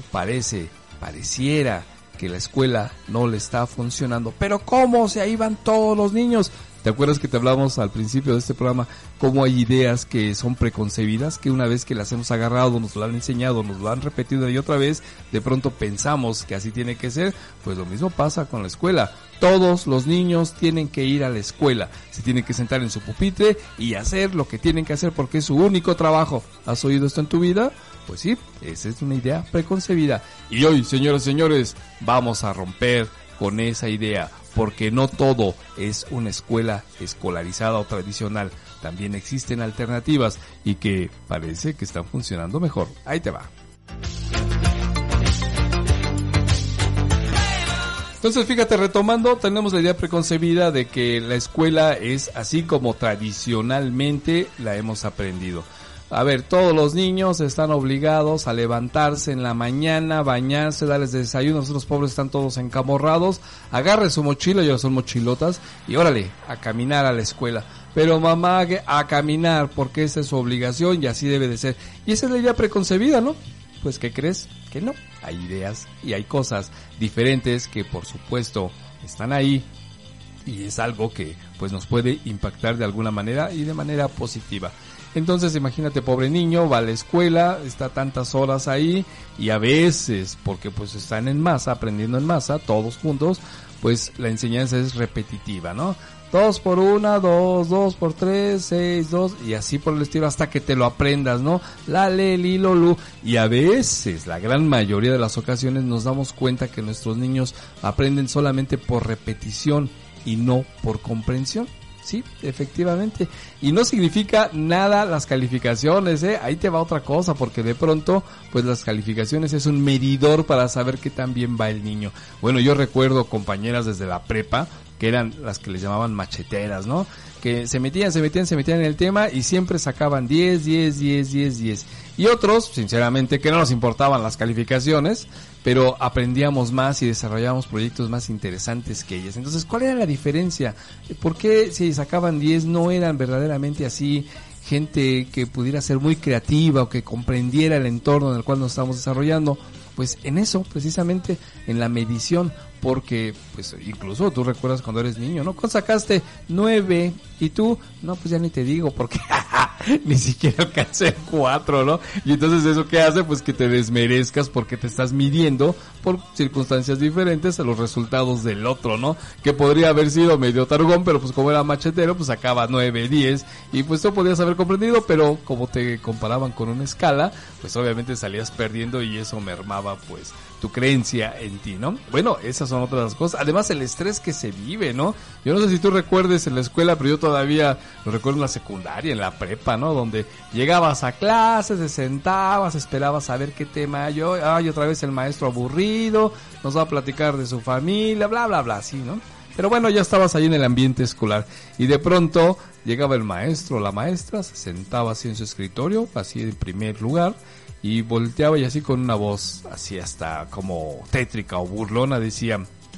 pareciera que la escuela no le está funcionando. Pero ¿cómo? Se ahí van todos los niños. ¿Te acuerdas que te hablamos al principio de este programa cómo hay ideas que son preconcebidas, que una vez que las hemos agarrado, nos lo han enseñado, nos lo han repetido y otra vez, de pronto pensamos que así tiene que ser? Pues lo mismo pasa con la escuela. Todos los niños tienen que ir a la escuela, se tienen que sentar en su pupitre y hacer lo que tienen que hacer porque es su único trabajo. ¿Has oído esto en tu vida? Pues sí, esa es una idea preconcebida. Y hoy, señoras y señores, vamos a romper con esa idea, porque no todo es una escuela escolarizada o tradicional. También existen alternativas y que parece que están funcionando mejor. Ahí te va. Entonces, fíjate, retomando, tenemos la idea preconcebida de que la escuela es así como tradicionalmente la hemos aprendido. A ver, todos los niños están obligados a levantarse en la mañana, bañarse, darles desayuno. Nosotros pobres están todos encamorrados. Agarre su mochila, ya son mochilotas, y órale, a caminar a la escuela. Pero mamá, a caminar, porque esa es su obligación y así debe de ser. Y esa es la idea preconcebida, ¿no? Pues, ¿qué crees? Que no. Hay ideas y hay cosas diferentes que, por supuesto, están ahí. Y es algo que, pues, nos puede impactar de alguna manera y de manera positiva. Entonces, imagínate, pobre niño, va a la escuela, está tantas horas ahí, y a veces, porque pues están en masa, aprendiendo en masa, todos juntos, pues la enseñanza es repetitiva, ¿no? 2 por 1, 2, 2 por 3, 6, 2, y así por el estilo hasta que te lo aprendas, ¿no? La, le, li, lo, lu. Y a veces, la gran mayoría de las ocasiones, nos damos cuenta que nuestros niños aprenden solamente por repetición y no por comprensión. Sí, efectivamente. Y no significa nada las calificaciones, ¿eh? Ahí te va otra cosa, porque de pronto, pues las calificaciones es un medidor para saber qué tan bien va el niño. Bueno, yo recuerdo compañeras desde la prepa, que eran las que les llamaban macheteras, ¿no? Que se metían en el tema y siempre sacaban 10. Y otros, sinceramente, que no nos importaban las calificaciones, pero aprendíamos más y desarrollábamos proyectos más interesantes que ellas. Entonces, ¿cuál era la diferencia? ¿Por qué si sacaban 10 no eran verdaderamente así gente que pudiera ser muy creativa o que comprendiera el entorno en el cual nos estamos desarrollando? Pues en eso, precisamente, en la medición, porque pues incluso tú recuerdas cuando eres niño, ¿no? Cuando sacaste 9 y tú, no, pues ya ni te digo, porque ni siquiera alcancé 4, ¿no? Y entonces eso ¿qué hace? Pues que te desmerezcas porque te estás midiendo por circunstancias diferentes a los resultados del otro, ¿no? Que podría haber sido medio tarugón, pero pues como era machetero, pues sacaba 9, 10, y pues tú podías haber comprendido, pero como te comparaban con una escala, pues obviamente salías perdiendo y eso mermaba pues tu creencia en ti, ¿no? Bueno, esas son otras cosas. Además, el estrés que se vive, ¿no? Yo no sé si tú recuerdes en la escuela, pero yo todavía lo recuerdo en la secundaria, en la prepa, ¿no? Donde llegabas a clases, te sentabas, esperabas a ver qué tema y otra vez el maestro aburrido, nos va a platicar de su familia, bla, bla, bla, así, ¿no? Pero bueno, ya estabas ahí en el ambiente escolar y de pronto llegaba el maestro o la maestra, se sentaba así en su escritorio, así en primer lugar, y volteaba y así con una voz así hasta como tétrica o burlona decía: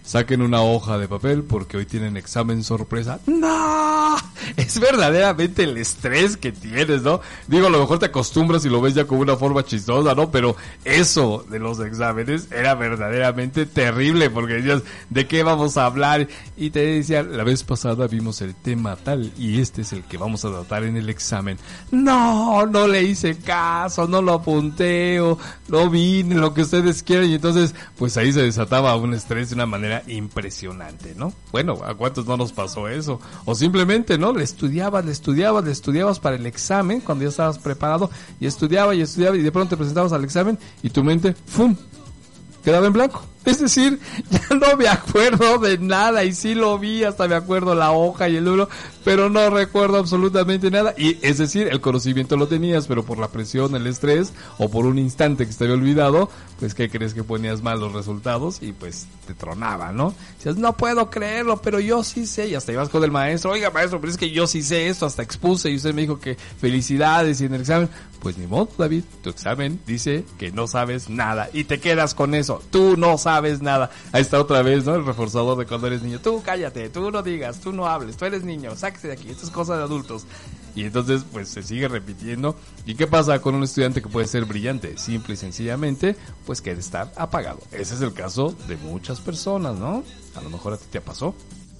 saquen una hoja de papel porque hoy tienen examen sorpresa. ¡No! Es verdaderamente el estrés que tienes, ¿no? Digo, a lo mejor te acostumbras y lo ves ya como una forma chistosa, ¿no? Pero eso de los exámenes era verdaderamente terrible porque decías, ¿de qué vamos a hablar? Y te decían, la vez pasada vimos el tema tal y este es el que vamos a tratar en el examen. No le hice caso, no lo apunteo, no vine, lo que ustedes quieran. Y entonces, pues ahí se desataba un estrés de una manera impresionante, ¿no? Bueno, ¿a cuántos no nos pasó eso? O simplemente, ¿no? Le estudiabas para el examen cuando ya estabas preparado y estudiaba y de pronto te presentabas al examen y tu mente, ¡fum!, quedaba en blanco. Es decir, ya no me acuerdo de nada y sí lo vi, hasta me acuerdo la hoja y el libro, pero no recuerdo absolutamente nada. Y es decir, el conocimiento lo tenías, pero por la presión, el estrés o por un instante que se te había olvidado, pues ¿qué crees? Que ponías mal los resultados y pues te tronaba, ¿no? Decías, no puedo creerlo, pero yo sí sé. Y hasta ibas con el maestro, oiga maestro, pero es que yo sí sé esto, hasta expuse y usted me dijo que felicidades y en el examen. Pues ni modo, David, tu examen dice que no sabes nada y te quedas con eso. Tú no sabes nada. Ahí está otra vez, ¿no? El reforzador de cuando eres niño. Tú cállate, tú no digas, tú no hables, tú eres niño, sáquese de aquí, esto es cosa de adultos. Y entonces, pues se sigue repitiendo. ¿Y qué pasa con un estudiante que puede ser brillante? Simple y sencillamente, pues quiere estar apagado. Ese es el caso de muchas personas, ¿no? A lo mejor a ti te pasó.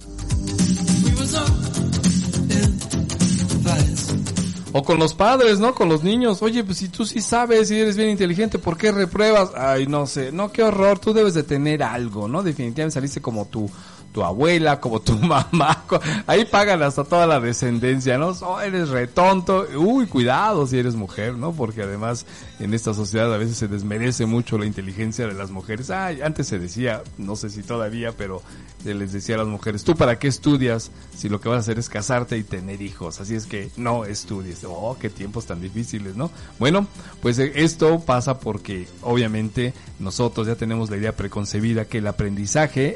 O con los padres, ¿no? Con los niños. Oye, pues si tú sí sabes, si eres bien inteligente, ¿por qué repruebas? Ay, no sé. No, qué horror. Tú debes de tener algo, ¿no? Definitivamente saliste como tu abuela, como tu mamá. Ahí pagan hasta toda la descendencia, ¿no? Oh, eres retonto. Uy, cuidado si eres mujer, ¿no? Porque además en esta sociedad a veces se desmerece mucho la inteligencia de las mujeres. Ay, antes se decía, no sé si todavía, pero se les decía a las mujeres, ¿tú para qué estudias si lo que vas a hacer es casarte y tener hijos? Así es que no estudies. Oh, qué tiempos tan difíciles, ¿no? Bueno, pues esto pasa porque obviamente nosotros ya tenemos la idea preconcebida que el aprendizaje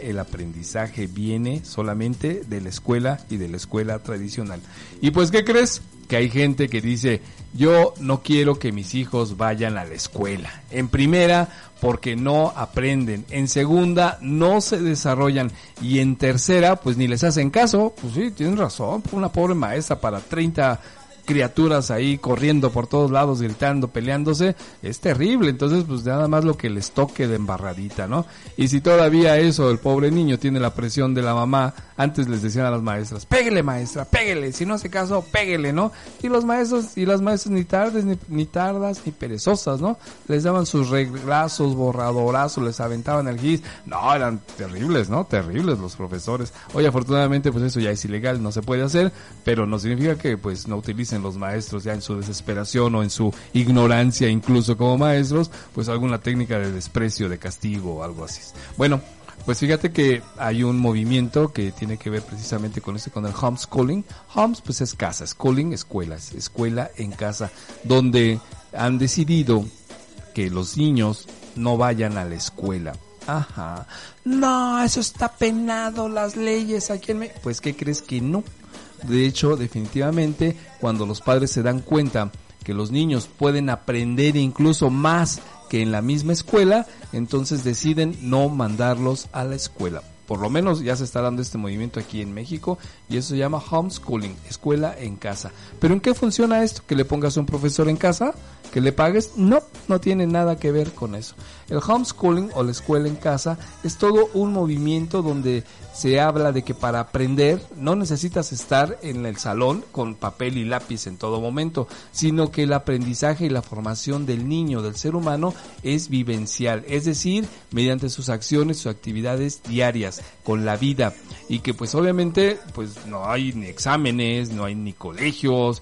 viene solamente de la escuela y de la escuela tradicional. Y pues, ¿qué crees? Que hay gente que dice, yo no quiero que mis hijos vayan a la escuela. En primera, porque no aprenden. En segunda, no se desarrollan. Y en tercera, pues ni les hacen caso. Pues sí, tienen razón. Una pobre maestra para 30 criaturas ahí corriendo por todos lados, gritando, peleándose, es terrible. Entonces, pues nada más lo que les toque de embarradita, ¿no? Y si todavía eso, el pobre niño tiene la presión de la mamá, antes les decían a las maestras, pégale maestra, pégale, si no hace caso, pégale, ¿no? Y los maestros y las maestras ni tardas, ni perezosas, ¿no? Les daban sus reglazos, borradorazos, les aventaban el gis. No, eran terribles, ¿no? Terribles los profesores. Hoy afortunadamente, pues eso ya es ilegal, no se puede hacer, pero no significa que pues no utilicen los maestros ya en su desesperación o en su ignorancia, incluso como maestros, pues alguna técnica de desprecio, de castigo o algo así. Bueno, pues fíjate que hay un movimiento que tiene que ver precisamente con con el homeschooling. Homes, pues es casa, schooling, escuelas, escuela en casa, donde han decidido que los niños no vayan a la escuela. Ajá. No, eso está penado, las leyes aquí en México. Pues, ¿qué crees que no? De hecho, definitivamente, cuando los padres se dan cuenta que los niños pueden aprender incluso más que en la misma escuela, entonces deciden no mandarlos a la escuela. Por lo menos ya se está dando este movimiento aquí en México y eso se llama homeschooling, escuela en casa. ¿Pero en qué funciona esto? ¿Que le pongas un profesor en casa? ¿Que le pagues? No tiene nada que ver con eso. El homeschooling o la escuela en casa es todo un movimiento donde se habla de que para aprender no necesitas estar en el salón con papel y lápiz en todo momento, sino que el aprendizaje y la formación del niño, del ser humano, es vivencial, es decir, mediante sus acciones, sus actividades diarias, con la vida, y que pues obviamente pues no hay ni exámenes, no hay ni colegios,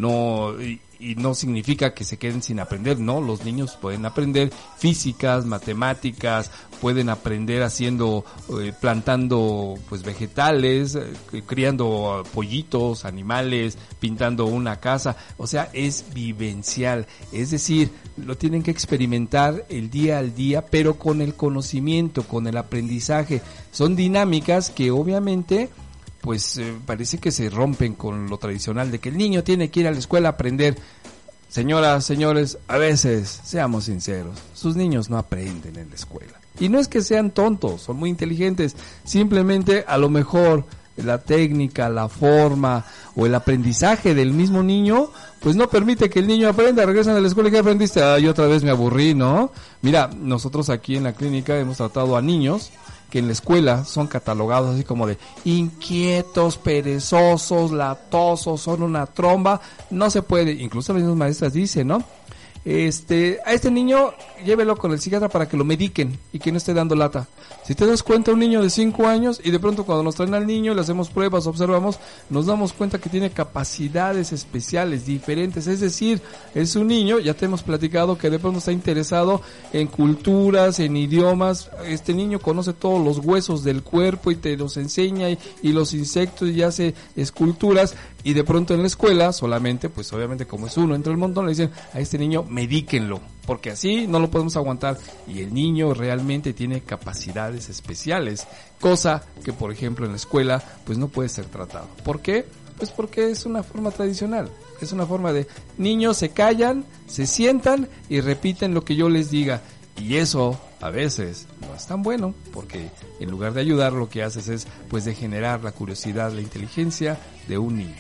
y no significa que se queden sin aprender, no, los niños pueden aprender físicas, matemáticas, pueden aprender haciendo, plantando pues vegetales, criando pollitos, animales, pintando una casa, o sea, es vivencial, es decir, lo tienen que experimentar el día al día, pero con el conocimiento, con el aprendizaje, son dinámicas que obviamente pues parece que se rompen con lo tradicional de que el niño tiene que ir a la escuela a aprender. Señoras, señores, a veces, seamos sinceros, sus niños no aprenden en la escuela. Y no es que sean tontos, son muy inteligentes. Simplemente a lo mejor la técnica, la forma o el aprendizaje del mismo niño, pues no permite que el niño aprenda. Regresan a la escuela y ¿qué aprendiste? Ay, otra vez me aburrí, ¿no? Mira, nosotros aquí en la clínica hemos tratado a niños que en la escuela son catalogados así como de inquietos, perezosos, latosos, son una tromba. No se puede, incluso las mismas maestras dicen, ¿no? A este niño llévelo con el psiquiatra para que lo mediquen y que no esté dando lata. Si te das cuenta, un niño de 5 años y de pronto cuando nos traen al niño, le hacemos pruebas, observamos, nos damos cuenta que tiene capacidades especiales, diferentes. Es decir, es un niño, ya te hemos platicado, que de pronto está interesado en culturas, en idiomas. Este niño conoce todos los huesos del cuerpo y te los enseña y los insectos y hace esculturas. Y de pronto en la escuela, solamente, pues obviamente como es uno entre el montón, le dicen a este niño, medíquenlo, porque así no lo podemos aguantar. Y el niño realmente tiene capacidades especiales, cosa que por ejemplo en la escuela pues no puede ser tratado. ¿Por qué? Pues porque es una forma tradicional, es una forma de niños se callan, se sientan y repiten lo que yo les diga. Y eso a veces no es tan bueno, porque en lugar de ayudar lo que haces es pues degenerar la curiosidad, la inteligencia de un niño.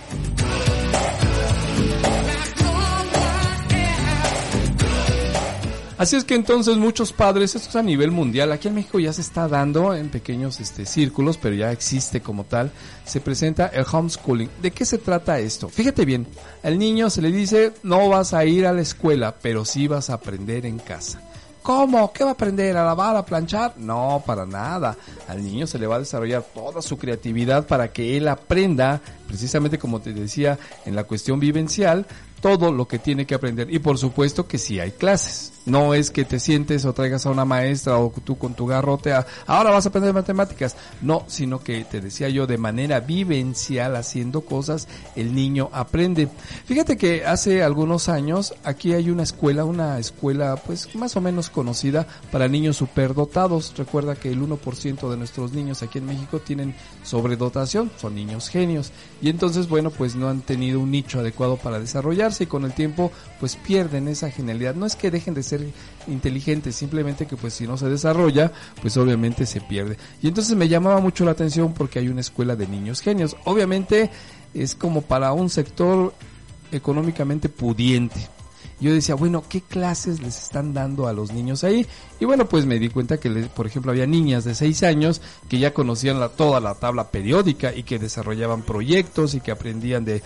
Así es que entonces muchos padres, esto es a nivel mundial, aquí en México ya se está dando en pequeños círculos, pero ya existe como tal, se presenta el homeschooling. ¿De qué se trata esto? Fíjate bien, al niño se le dice no vas a ir a la escuela, pero sí vas a aprender en casa. ¿Cómo? ¿Qué va a aprender? ¿A lavar, a planchar? No, para nada. Al niño se le va a desarrollar toda su creatividad para que él aprenda, precisamente como te decía, en la cuestión vivencial, todo lo que tiene que aprender. Y por supuesto que sí hay clases. No es que te sientes o traigas a una maestra o tú con tu garrote ahora vas a aprender matemáticas. No, sino que te decía yo, de manera vivencial, haciendo cosas, el niño aprende. Fíjate que hace algunos años aquí hay una escuela pues más o menos conocida para niños superdotados. Recuerda que el 1% de nuestros niños aquí en México tienen sobredotación, son niños genios. Y entonces, bueno, pues no han tenido un nicho adecuado para desarrollarse y con el tiempo pues pierden esa genialidad. No es que dejen de ser inteligentes, simplemente que pues si no se desarrolla, pues obviamente se pierde. Y entonces me llamaba mucho la atención porque hay una escuela de niños genios. Obviamente es como para un sector económicamente pudiente. Yo decía, bueno, ¿qué clases les están dando a los niños ahí? Y bueno, pues me di cuenta que, por ejemplo, había niñas de 6 años que ya conocían toda la tabla periódica y que desarrollaban proyectos y que aprendían de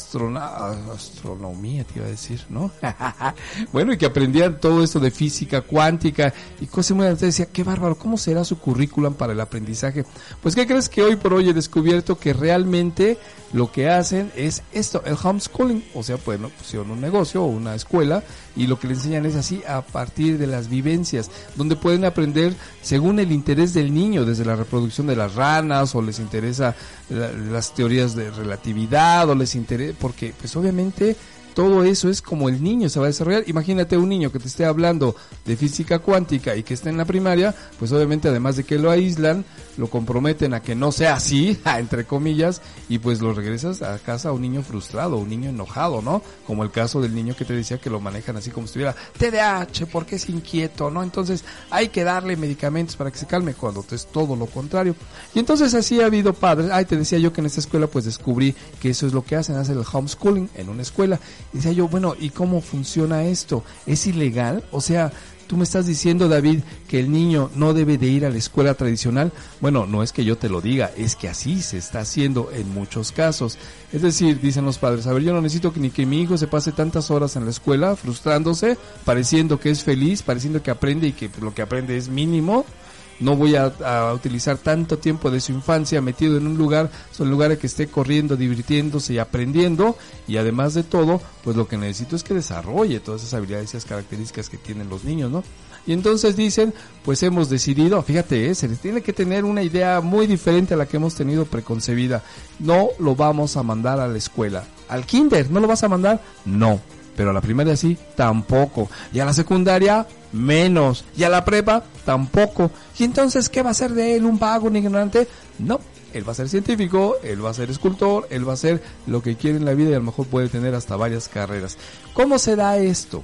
astronomía, te iba a decir, ¿no? Bueno, y que aprendían todo esto de física cuántica y cosas muy... Entonces decía, qué bárbaro, ¿cómo será su currículum para el aprendizaje? Pues, ¿qué crees? Que hoy por hoy he descubierto que realmente lo que hacen es esto, el homeschooling. O sea, pues, ¿no? Pusieron un negocio o una escuela y lo que le enseñan es así a partir de las vivencias, donde pueden aprender según el interés del niño, desde la reproducción de las ranas, o les interesa las teorías de relatividad, o les interesa, porque pues obviamente todo eso es como el niño se va a desarrollar. Imagínate un niño que te esté hablando de física cuántica y que esté en la primaria, pues obviamente además de que lo aíslan, lo comprometen a que no sea así, entre comillas, y pues lo regresas a casa a un niño frustrado, un niño enojado, ¿no? Como el caso del niño que te decía que lo manejan así como si estuviera TDAH, porque es inquieto, ¿no? Entonces hay que darle medicamentos para que se calme, cuando es todo lo contrario. Y entonces así ha habido padres. Te decía yo que en esta escuela pues descubrí que eso es lo que hacen el homeschooling en una escuela. Y decía yo, bueno, ¿y cómo funciona esto? ¿Es ilegal? O sea, tú me estás diciendo, David, que el niño no debe de ir a la escuela tradicional. Bueno, no es que yo te lo diga, es que así se está haciendo en muchos casos. Es decir, dicen los padres, a ver, yo no necesito ni que mi hijo se pase tantas horas en la escuela frustrándose, pareciendo que es feliz, pareciendo que aprende y que lo que aprende es mínimo. No voy a utilizar tanto tiempo de su infancia metido en un lugar, son lugares que esté corriendo, divirtiéndose y aprendiendo, y además de todo, pues lo que necesito es que desarrolle todas esas habilidades y esas características que tienen los niños, ¿no? Y entonces dicen, pues hemos decidido, fíjate, se les tiene que tener una idea muy diferente a la que hemos tenido preconcebida. No lo vamos a mandar a la escuela. ¿Al kinder no lo vas a mandar? No. Pero a la primaria sí, tampoco. Y a la secundaria, menos. Y a la prepa, tampoco. ¿Y entonces qué va a ser de él? ¿Un vago, un ignorante? No, él va a ser científico, él va a ser escultor, él va a ser lo que quiere en la vida y a lo mejor puede tener hasta varias carreras. ¿Cómo se da esto?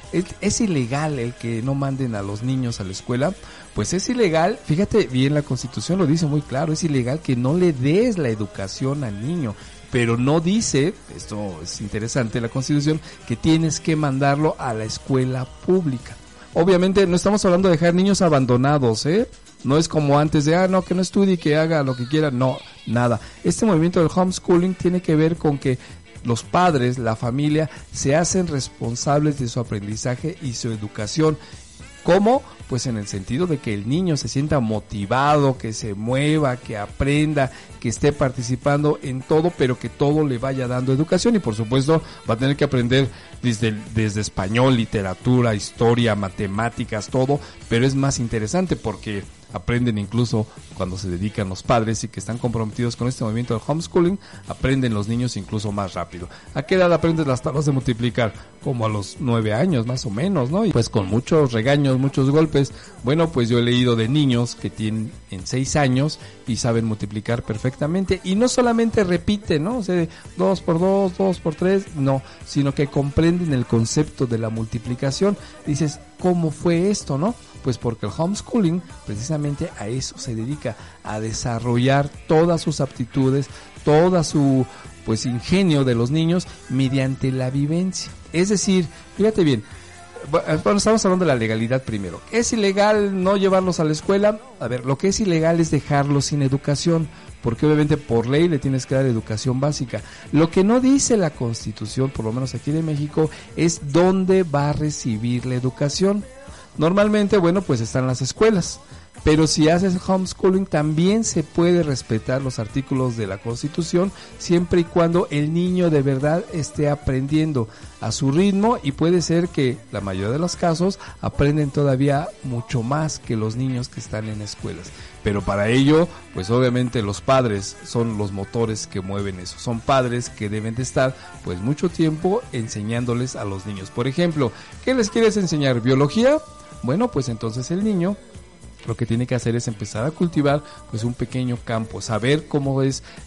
¿Es ilegal el que no manden a los niños a la escuela? Pues es ilegal, fíjate bien, la Constitución lo dice muy claro, es ilegal que no le des la educación al niño, pero no dice, esto es interesante, la Constitución, que tienes que mandarlo a la escuela pública. Obviamente no estamos hablando de dejar niños abandonados, no es como antes de, no, que no estudie, que haga lo que quiera, no, nada. Este movimiento del homeschooling tiene que ver con que los padres, la familia, se hacen responsables de su aprendizaje y su educación. ¿Cómo? Pues en el sentido de que el niño se sienta motivado, que se mueva, que aprenda, que esté participando en todo, pero que todo le vaya dando educación. Y por supuesto va a tener que aprender desde español, literatura, historia, matemáticas, todo, pero es más interesante porque aprenden incluso cuando se dedican los padres y que están comprometidos con este movimiento del homeschooling, aprenden los niños incluso más rápido. ¿A qué edad aprendes las tablas de multiplicar? Como a los 9 años más o menos, ¿no? Y pues con muchos regaños, muchos golpes. Bueno, pues yo he leído de niños que tienen en 6 años y saben multiplicar perfectamente, y no solamente repiten, ¿no? O sea, 2 por 2, 2 por 3, no, sino que comprenden el concepto de la multiplicación. Dices, ¿cómo fue esto, no? Pues porque el homeschooling precisamente a eso se dedica, a desarrollar todas sus aptitudes, toda su pues ingenio de los niños mediante la vivencia. Es decir, fíjate bien, bueno, estamos hablando de la legalidad primero. ¿Es ilegal no llevarlos a la escuela? A ver, lo que es ilegal es dejarlos sin educación, porque obviamente por ley le tienes que dar educación básica. Lo que no dice la Constitución, por lo menos aquí en México, es dónde va a recibir la educación. Normalmente, bueno, pues están las escuelas, pero si haces homeschooling también se puede respetar los artículos de la Constitución siempre y cuando el niño de verdad esté aprendiendo a su ritmo, y puede ser que la mayoría de los casos aprenden todavía mucho más que los niños que están en escuelas. Pero para ello, pues obviamente los padres son los motores que mueven eso. Son padres que deben de estar pues mucho tiempo enseñándoles a los niños. Por ejemplo, ¿qué les quieres enseñar? ¿Biología? Bueno, pues entonces el niño lo que tiene que hacer es empezar a cultivar pues un pequeño campo, saber cómo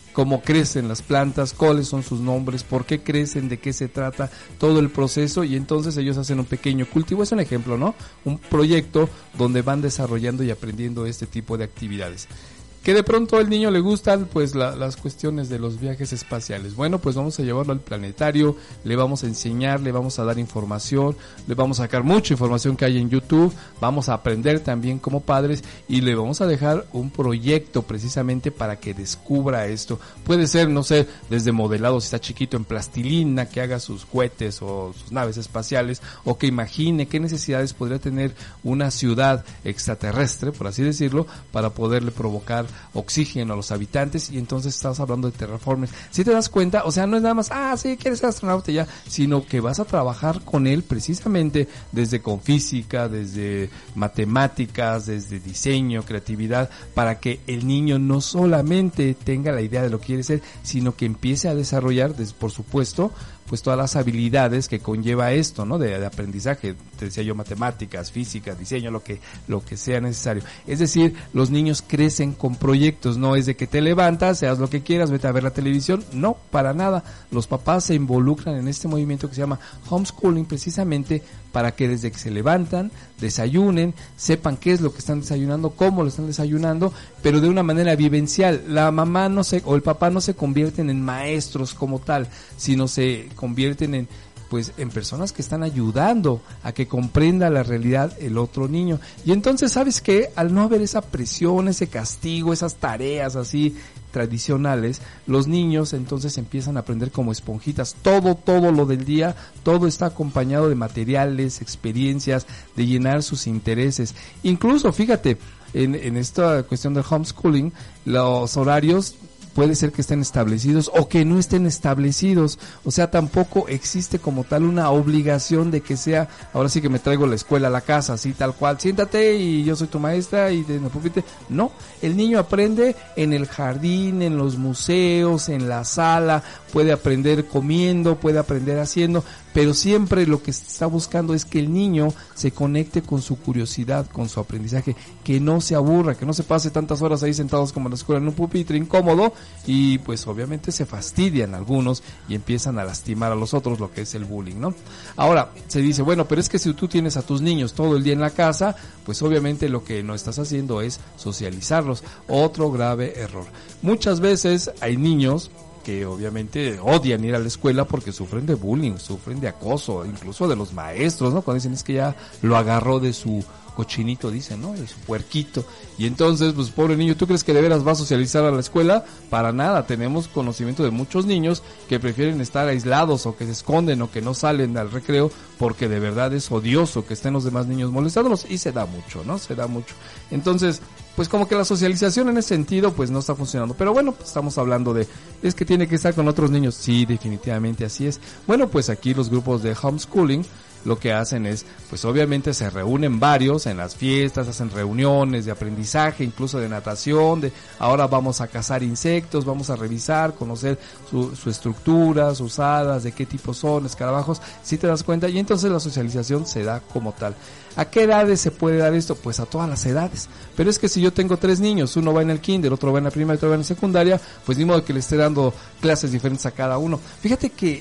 crecen las plantas, cuáles son sus nombres, por qué crecen, de qué se trata, todo el proceso, y entonces ellos hacen un pequeño cultivo. Es un ejemplo, ¿no? Un proyecto donde van desarrollando y aprendiendo este tipo de actividades. Que de pronto al niño le gustan pues las cuestiones de los viajes espaciales. Bueno, pues vamos a llevarlo al planetario, le vamos a enseñar, le vamos a dar información, le vamos a sacar mucha información que hay en YouTube, vamos a aprender también como padres y le vamos a dejar un proyecto precisamente para que descubra esto. Puede ser, no sé, desde modelado si está chiquito en plastilina, que haga sus cohetes o sus naves espaciales, o que imagine qué necesidades podría tener una ciudad extraterrestre, por así decirlo, para poderle provocar oxígeno a los habitantes. Y entonces estás hablando de terraformers. Si te das cuenta, o sea, no es nada más, sí, quieres ser astronauta ya, sino que vas a trabajar con él precisamente desde con física, desde matemáticas, desde diseño, creatividad, para que el niño no solamente tenga la idea de lo que quiere ser, sino que empiece a desarrollar, por supuesto, pues todas las habilidades que conlleva esto, ¿no? De aprendizaje, te decía yo, matemáticas, física, diseño, lo que sea necesario. Es decir, los niños crecen con proyectos, no es de que te levantas, haz lo que quieras, vete a ver la televisión, no, para nada. Los papás se involucran en este movimiento que se llama homeschooling precisamente para que desde que se levantan, desayunen, sepan qué es lo que están desayunando, cómo lo están desayunando, pero de una manera vivencial. La mamá o el papá no se convierten en maestros como tal, sino se convierten en personas que están ayudando a que comprenda la realidad el otro niño. Y entonces, ¿sabes qué? Al no haber esa presión, ese castigo, esas tareas así tradicionales, los niños entonces empiezan a aprender como esponjitas. Todo lo del día, todo está acompañado de materiales, experiencias, de llenar sus intereses. Incluso, fíjate, en esta cuestión del homeschooling, los horarios puede ser que estén establecidos o que no estén establecidos, o sea, tampoco existe como tal una obligación de que sea, ahora sí que me traigo la escuela a la casa, así tal cual, siéntate y yo soy tu maestra y de pupitre. No, el niño aprende en el jardín, en los museos, en la sala, puede aprender comiendo, puede aprender haciendo, pero siempre lo que se está buscando es que el niño se conecte con su curiosidad, con su aprendizaje, que no se aburra, que no se pase tantas horas ahí sentados como en la escuela en un pupitre incómodo, y pues obviamente se fastidian algunos y empiezan a lastimar a los otros, lo que es el bullying, ¿no? Ahora, se dice, bueno, pero es que si tú tienes a tus niños todo el día en la casa, pues obviamente lo que no estás haciendo es socializarlos. Otro grave error. Muchas veces hay niños que obviamente odian ir a la escuela porque sufren de bullying, sufren de acoso, incluso de los maestros, ¿no? Cuando dicen es que ya lo agarró de su cochinito, dicen, ¿no? De su puerquito. Y entonces, pues pobre niño, ¿tú crees que de veras va a socializar a la escuela? Para nada. Tenemos conocimiento de muchos niños que prefieren estar aislados o que se esconden o que no salen al recreo porque de verdad es odioso que estén los demás niños molestándolos, y se da mucho, ¿no? Se da mucho. Entonces, pues como que la socialización en ese sentido pues no está funcionando. Pero bueno, pues estamos hablando de, es que tiene que estar con otros niños. Sí, definitivamente así es. Bueno, pues aquí los grupos de homeschooling lo que hacen es, pues obviamente se reúnen varios en las fiestas, hacen reuniones de aprendizaje, incluso de natación, de ahora vamos a cazar insectos, vamos a revisar, conocer su estructura, sus alas, de qué tipo son, escarabajos, si te das cuenta, y entonces la socialización se da como tal. ¿A qué edades se puede dar esto? Pues a todas las edades. Pero es que si yo tengo 3 niños, uno va en el kinder, otro va en la primaria, otro va en la secundaria, pues ni modo que le esté dando clases diferentes a cada uno. Fíjate que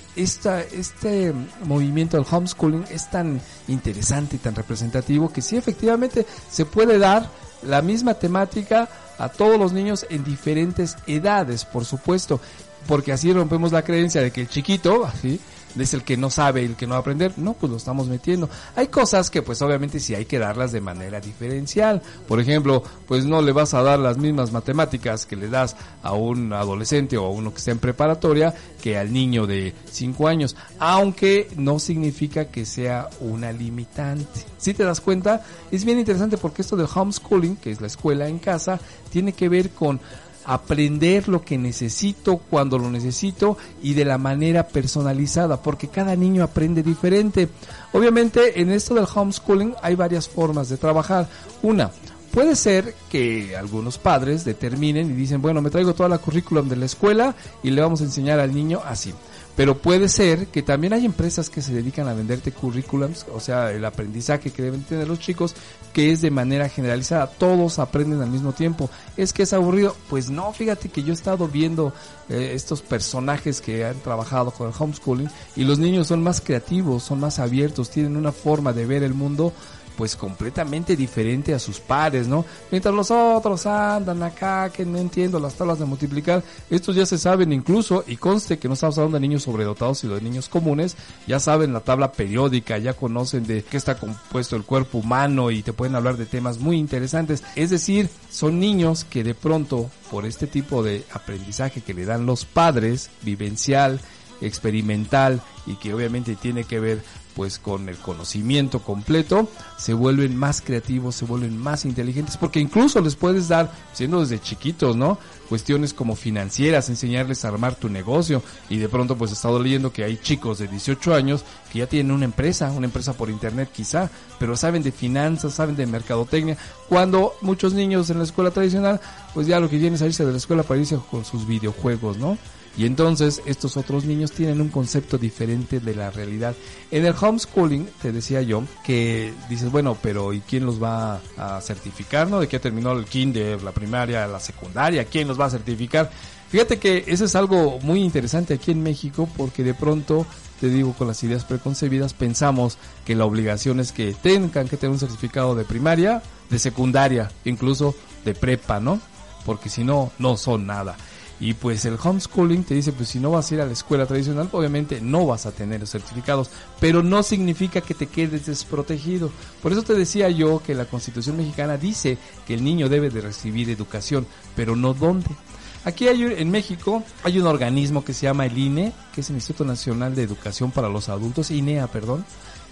este movimiento del homeschooling es tan interesante y tan representativo que sí, efectivamente se puede dar la misma temática a todos los niños en diferentes edades, por supuesto, porque así rompemos la creencia de que el chiquito, así, es el que no sabe, el que no va a aprender. No, pues lo estamos metiendo. Hay cosas que pues obviamente sí hay que darlas de manera diferencial. Por ejemplo, pues no le vas a dar las mismas matemáticas que le das a un adolescente o a uno que está en preparatoria que al niño de 5 años, aunque no significa que sea una limitante. ¿Sí te das cuenta? Es bien interesante porque esto del homeschooling, que es la escuela en casa, tiene que ver con aprender lo que necesito, cuando lo necesito y de la manera personalizada, porque cada niño aprende diferente. Obviamente en esto del homeschooling hay varias formas de trabajar. Una, puede ser que algunos padres determinen y dicen, bueno, me traigo toda la currículum de la escuela y le vamos a enseñar al niño así. Pero puede ser que también hay empresas que se dedican a venderte currículums, o sea, el aprendizaje que deben tener los chicos, que es de manera generalizada, todos aprenden al mismo tiempo. ¿Es que es aburrido? Pues no, fíjate que yo he estado viendo estos personajes que han trabajado con el homeschooling y los niños son más creativos, son más abiertos, tienen una forma de ver el mundo pues completamente diferente a sus pares, ¿no? Mientras los otros andan acá, que no entiendo las tablas de multiplicar, estos ya se saben incluso, y conste que no estamos hablando de niños sobredotados, sino de niños comunes, ya saben la tabla periódica, ya conocen de qué está compuesto el cuerpo humano y te pueden hablar de temas muy interesantes. Es decir, son niños que de pronto, por este tipo de aprendizaje que le dan los padres, vivencial, experimental, y que obviamente tiene que ver pues con el conocimiento completo, se vuelven más creativos, se vuelven más inteligentes, porque incluso les puedes dar, siendo desde chiquitos, ¿no? Cuestiones como financieras, enseñarles a armar tu negocio, y de pronto pues he estado leyendo que hay chicos de 18 años que ya tienen una empresa por internet quizá, pero saben de finanzas, saben de mercadotecnia, cuando muchos niños en la escuela tradicional, pues ya lo que quieren es salirse de la escuela para irse con sus videojuegos, ¿no? Y entonces estos otros niños tienen un concepto diferente de la realidad. En el homeschooling, te decía yo, que dices, bueno, pero ¿y quién los va a certificar, no? ¿De qué terminó el kinder, la primaria, la secundaria? ¿Quién los va a certificar? Fíjate que eso es algo muy interesante aquí en México, porque de pronto, te digo, con las ideas preconcebidas, pensamos que la obligación es que tengan que tener un certificado de primaria, de secundaria, incluso de prepa, ¿no? Porque si no, no son nada. Y pues el homeschooling te dice, pues si no vas a ir a la escuela tradicional, obviamente no vas a tener los certificados, pero no significa que te quedes desprotegido. Por eso te decía yo que la Constitución mexicana dice que el niño debe de recibir educación, pero no dónde. Aquí en México hay un organismo que se llama el INE, que es el Instituto Nacional de Educación para los Adultos, INEA, perdón.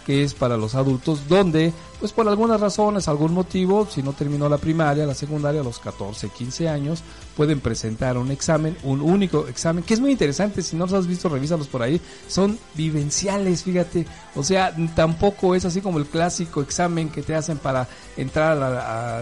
que es para los adultos, donde pues por algunas razones, algún motivo, si no terminó la primaria, la secundaria, a los 14, 15 años, pueden presentar un examen, un único examen, que es muy interesante. Si no los has visto, revísalos por ahí. Son vivenciales, fíjate. O sea, tampoco es así como el clásico examen que te hacen para entrar a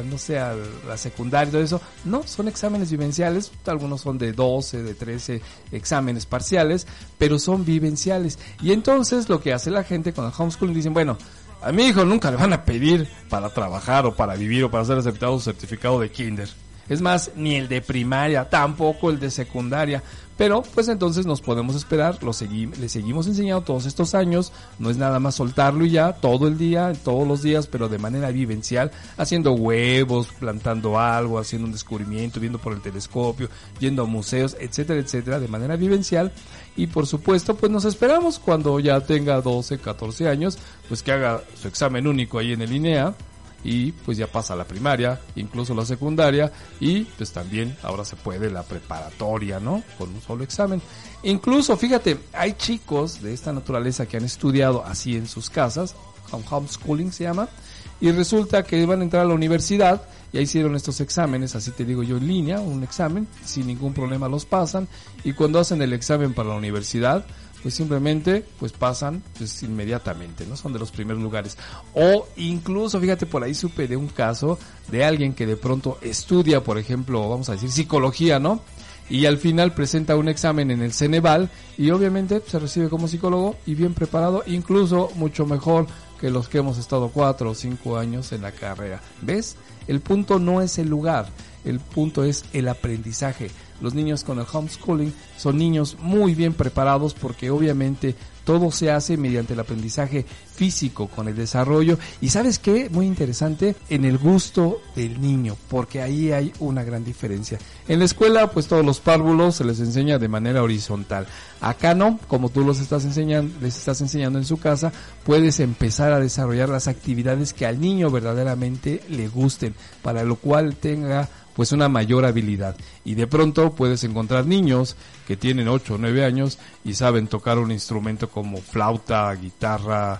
la secundaria y todo eso. No, son exámenes vivenciales. Algunos son de 12, de 13 exámenes parciales, pero son vivenciales. Y entonces lo que hace la gente con el homeschooling, dicen, bueno, a mi hijo nunca le van a pedir para trabajar o para vivir o para ser aceptado su certificado de kinder. Es más, ni el de primaria, tampoco el de secundaria. Pero pues entonces nos podemos esperar, le seguimos enseñando todos estos años. No es nada más soltarlo y ya, todo el día, todos los días, pero de manera vivencial, haciendo huevos, plantando algo, haciendo un descubrimiento, viendo por el telescopio, yendo a museos, etcétera, etcétera, de manera vivencial. Y por supuesto, pues nos esperamos cuando ya tenga 12, 14 años, pues que haga su examen único ahí en el INEA. Y pues ya pasa la primaria, incluso la secundaria, y pues también ahora se puede la preparatoria, ¿no? Con un solo examen. Incluso, fíjate, hay chicos de esta naturaleza que han estudiado así en sus casas, homeschooling se llama, y resulta que van a entrar a la universidad, ya hicieron estos exámenes, así te digo yo, en línea, un examen, sin ningún problema los pasan, y cuando hacen el examen para la universidad, pues simplemente pues pasan pues inmediatamente, ¿no? Son de los primeros lugares. O incluso, fíjate, por ahí supe de un caso de alguien que de pronto estudia, por ejemplo, vamos a decir, psicología, ¿no? Y al final presenta un examen en el Ceneval y obviamente se recibe como psicólogo y bien preparado, incluso mucho mejor que los que hemos estado 4 o 5 años en la carrera. ¿Ves? El punto no es el lugar, el punto es el aprendizaje. Los niños con el homeschooling son niños muy bien preparados porque obviamente todo se hace mediante el aprendizaje físico, con el desarrollo. Y ¿sabes qué? Muy interesante, en el gusto del niño, porque ahí hay una gran diferencia. En la escuela, pues todos los párvulos se les enseña de manera horizontal. Acá no, como tú les estás enseñando en su casa, puedes empezar a desarrollar las actividades que al niño verdaderamente le gusten, para lo cual tenga pues una mayor habilidad. Y de pronto puedes encontrar niños que tienen 8 o 9 años y saben tocar un instrumento como flauta, guitarra,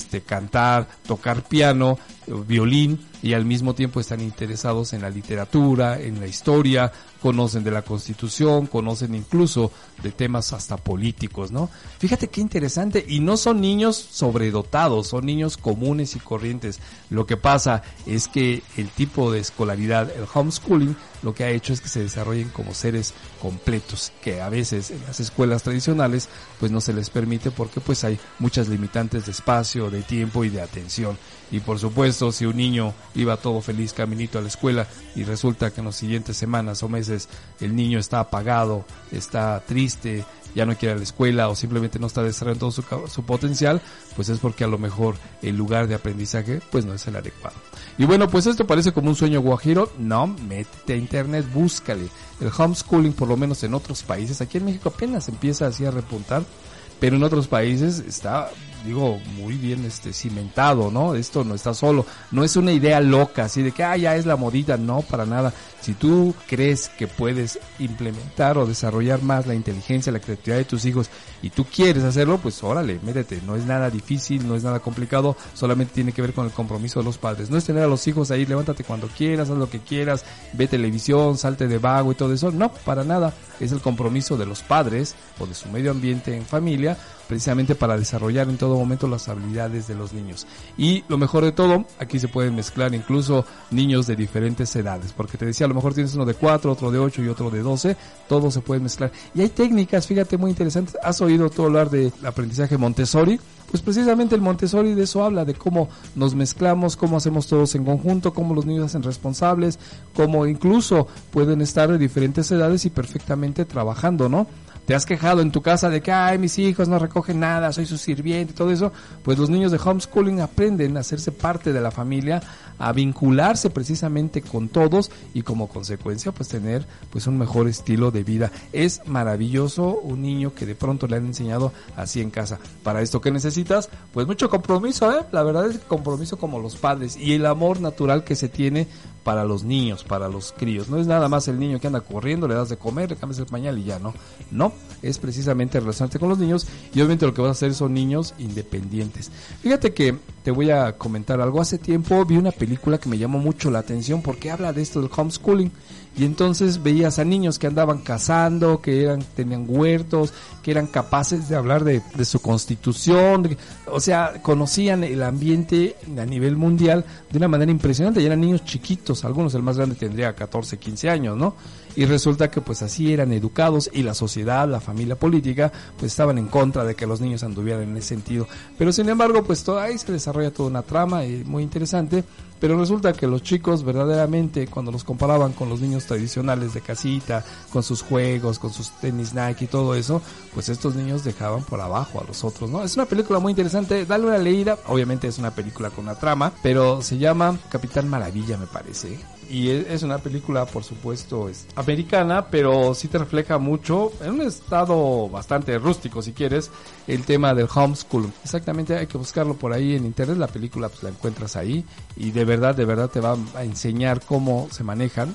cantar, tocar piano, violín, y al mismo tiempo están interesados en la literatura, en la historia, conocen de la Constitución, conocen incluso de temas hasta políticos, ¿no? Fíjate qué interesante, y no son niños sobredotados, son niños comunes y corrientes. Lo que pasa es que el tipo de escolaridad, el homeschooling, lo que ha hecho es que se desarrollen como seres completos, que a veces en las escuelas tradicionales pues no se les permite porque pues hay muchas limitantes de espacio, de tiempo y de atención. Y por supuesto, si un niño iba todo feliz caminito a la escuela y resulta que en las siguientes semanas o meses el niño está apagado, está triste, ya no quiere ir a la escuela o simplemente no está desarrollando todo su potencial, pues es porque a lo mejor el lugar de aprendizaje pues no es el adecuado. Y bueno, pues esto parece como un sueño guajiro. No, métete a internet, búscale. El homeschooling, por lo menos en otros países, aquí en México apenas empieza así a repuntar, pero en otros países está, digo, muy bien cimentado, ¿no? Esto no está solo, no es una idea loca, así de que ya es la modita, no, para nada. Si tú crees que puedes implementar o desarrollar más la inteligencia, la creatividad de tus hijos y tú quieres hacerlo, pues órale, métete, no es nada difícil, no es nada complicado, solamente tiene que ver con el compromiso de los padres. No es tener a los hijos ahí, levántate cuando quieras, haz lo que quieras, ve televisión, salte de vago y todo eso, no, para nada. Es el compromiso de los padres o de su medio ambiente en familia, precisamente para desarrollar en todo momento las habilidades de los niños. Y lo mejor de todo, aquí se pueden mezclar incluso niños de diferentes edades, porque te decía, a lo mejor tienes uno de 4, otro de 8 y otro de 12, todos se pueden mezclar. Y hay técnicas, fíjate, muy interesantes. ¿Has oído tú hablar del aprendizaje Montessori? Pues precisamente el Montessori de eso habla, de cómo nos mezclamos, cómo hacemos todos en conjunto, cómo los niños hacen responsables, cómo incluso pueden estar de diferentes edades y perfectamente trabajando, ¿no? Te has quejado en tu casa de que, mis hijos no recogen nada, soy su sirviente y todo eso. Pues los niños de homeschooling aprenden a hacerse parte de la familia, a vincularse precisamente con todos y como consecuencia pues tener pues un mejor estilo de vida. Es maravilloso un niño que de pronto le han enseñado así en casa. Para esto, ¿qué necesitas? Pues mucho compromiso, la verdad es que compromiso como los padres y el amor natural que se tiene para los niños, para los críos. No es nada más el niño que anda corriendo, le das de comer, le cambias el pañal y ya, no, es precisamente relacionarte con los niños, y obviamente lo que vas a hacer son niños independientes. Fíjate que te voy a comentar algo. Hace tiempo vi una película que me llamó mucho la atención porque habla de esto del homeschooling. Y entonces veías a niños que andaban cazando, que tenían huertos, que eran capaces de hablar de su constitución, o sea, conocían el ambiente a nivel mundial de una manera impresionante, y eran niños chiquitos, algunos, el más grande tendría 14, 15 años, ¿no? Y resulta que pues así eran educados, y la sociedad, la familia política, pues estaban en contra de que los niños anduvieran en ese sentido. Pero sin embargo, pues ahí se desarrolla toda una trama muy interesante. Pero resulta que los chicos verdaderamente, cuando los comparaban con los niños tradicionales de casita, con sus juegos, con sus tenis Nike y todo eso, pues estos niños dejaban por abajo a los otros, ¿no? Es una película muy interesante, dale una leída. Obviamente es una película con una trama, pero se llama Capitán Maravilla, me parece. Y es una película, por supuesto, es americana, pero sí te refleja mucho, en un estado bastante rústico, si quieres, el tema del homeschool. Exactamente, hay que buscarlo por ahí en internet, la película pues la encuentras ahí, y de verdad te va a enseñar cómo se manejan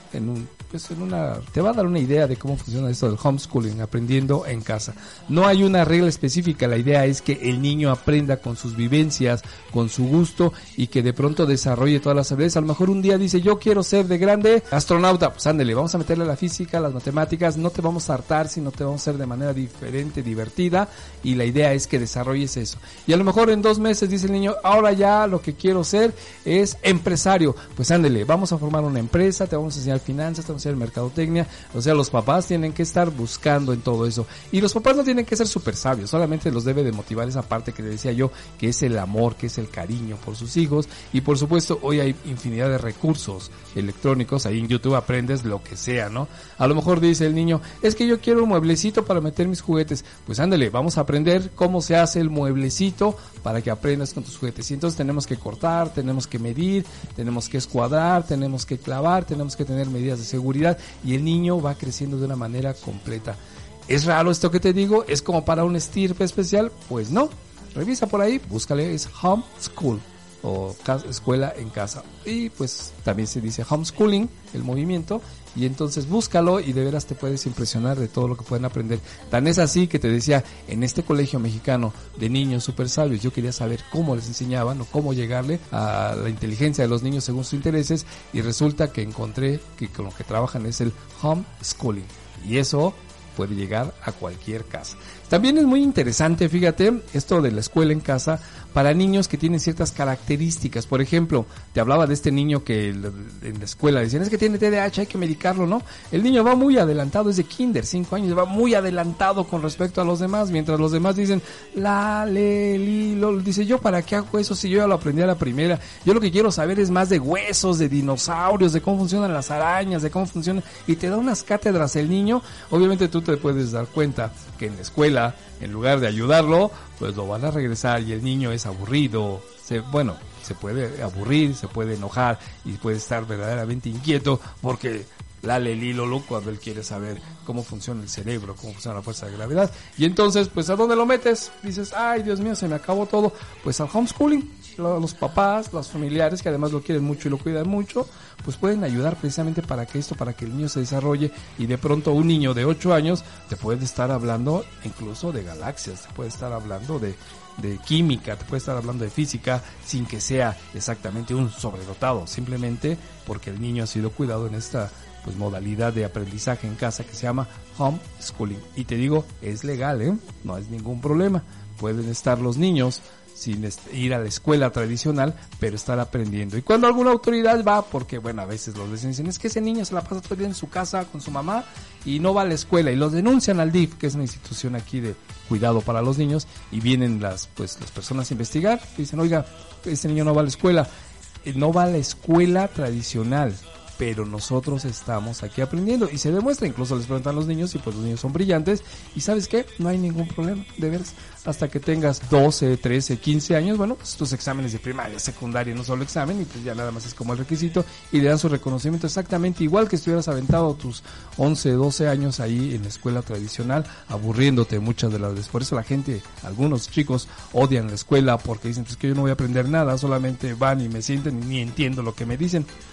te va a dar una idea de cómo funciona esto del homeschooling, aprendiendo en casa. No hay una regla específica, la idea es que el niño aprenda con sus vivencias, con su gusto, y que de pronto desarrolle todas las habilidades. A lo mejor un día dice, yo quiero ser de grande astronauta, pues ándale, vamos a meterle la física, las matemáticas, no te vamos a hartar, sino te vamos a hacer de manera diferente, divertida, y la idea es que desarrolles eso. Y a lo mejor en 2 meses dice el niño, ahora ya lo que quiero ser es empresario, pues ándale, vamos a formar una empresa, te vamos a enseñar finanzas, te vamos a enseñar mercadotecnia. O sea, los papás tienen que estar buscando en todo eso, y los papás no tienen que ser súper sabios, solamente los debe de motivar esa parte que le decía yo, que es el amor, que es el cariño por sus hijos. Y por supuesto, hoy hay infinidad de recursos electrónicos, ahí en YouTube aprendes lo que sea, ¿no? A lo mejor dice el niño, es que yo quiero un mueblecito para meter mis juguetes, pues ándale, vamos a aprender cómo se hace el mueblecito para que aprendas con tus juguetes. Y entonces tenemos que cortar, tenemos que medir, tenemos que escuadrar, tenemos que clavar, tenemos que tener medidas de seguridad, y el niño va creciendo de una manera completa. ¿Es raro esto que te digo? ¿Es como para un estirpe especial? Pues no. Revisa por ahí, búscale, es homeschool o escuela en casa, y pues también se dice homeschooling, el movimiento, y entonces búscalo y de veras te puedes impresionar de todo lo que pueden aprender. Tan es así que te decía, en este colegio mexicano de niños super sabios, yo quería saber cómo les enseñaban o cómo llegarle a la inteligencia de los niños según sus intereses, y resulta que encontré que con lo que trabajan es el homeschooling, y eso puede llegar a cualquier casa. También es muy interesante, fíjate, esto de la escuela en casa para niños que tienen ciertas características. Por ejemplo, te hablaba de este niño que en la escuela decían, es que tiene TDAH, hay que medicarlo, ¿no? El niño va muy adelantado, es de kinder, 5 años, va muy adelantado con respecto a los demás, mientras los demás dicen, dice, yo para qué hago eso si yo ya lo aprendí a la primera, yo lo que quiero saber es más de huesos, de dinosaurios, de cómo funcionan las arañas, de cómo funcionan, y te da unas cátedras el niño. Obviamente tú te puedes dar cuenta que en la escuela, en lugar de ayudarlo, pues lo van a regresar, y el niño es aburrido, se puede aburrir, se puede enojar, y puede estar verdaderamente inquieto porque cuando él quiere saber cómo funciona el cerebro, cómo funciona la fuerza de gravedad. Y entonces, pues, ¿a dónde lo metes? Dices, ay, Dios mío, se me acabó todo. Pues al homeschooling. Los papás, los familiares, que además lo quieren mucho y lo cuidan mucho, pues pueden ayudar precisamente para que el niño se desarrolle. Y de pronto un niño de 8 años te puede estar hablando incluso de galaxias, te puede estar hablando de química, te puede estar hablando de física, sin que sea exactamente un sobredotado, simplemente porque el niño ha sido cuidado en esta modalidad de aprendizaje en casa que se llama homeschooling. Y te digo, es legal, no es ningún problema. Pueden estar los niños sin ir a la escuela tradicional, pero estar aprendiendo. Y cuando alguna autoridad va, porque a veces los vecinos dicen, es que ese niño se la pasa todo el día en su casa con su mamá y no va a la escuela, y los denuncian al DIF, que es una institución aquí de cuidado para los niños, y vienen las personas a investigar, y dicen, oiga, ese niño no va a la escuela, no va a la escuela tradicional, pero nosotros estamos aquí aprendiendo, y se demuestra. Incluso les preguntan a los niños, y pues los niños son brillantes, y ¿sabes qué? No hay ningún problema, de veras, hasta que tengas 12, 13, 15 años, pues tus exámenes de primaria, secundaria, no solo examen, y pues ya nada más es como el requisito, y le dan su reconocimiento exactamente igual que estuvieras aventado tus 11, 12 años ahí en la escuela tradicional, aburriéndote muchas de las veces. Por eso la gente, algunos chicos odian la escuela, porque dicen, pues que yo no voy a aprender nada, solamente van y me sienten y ni entiendo lo que me dicen.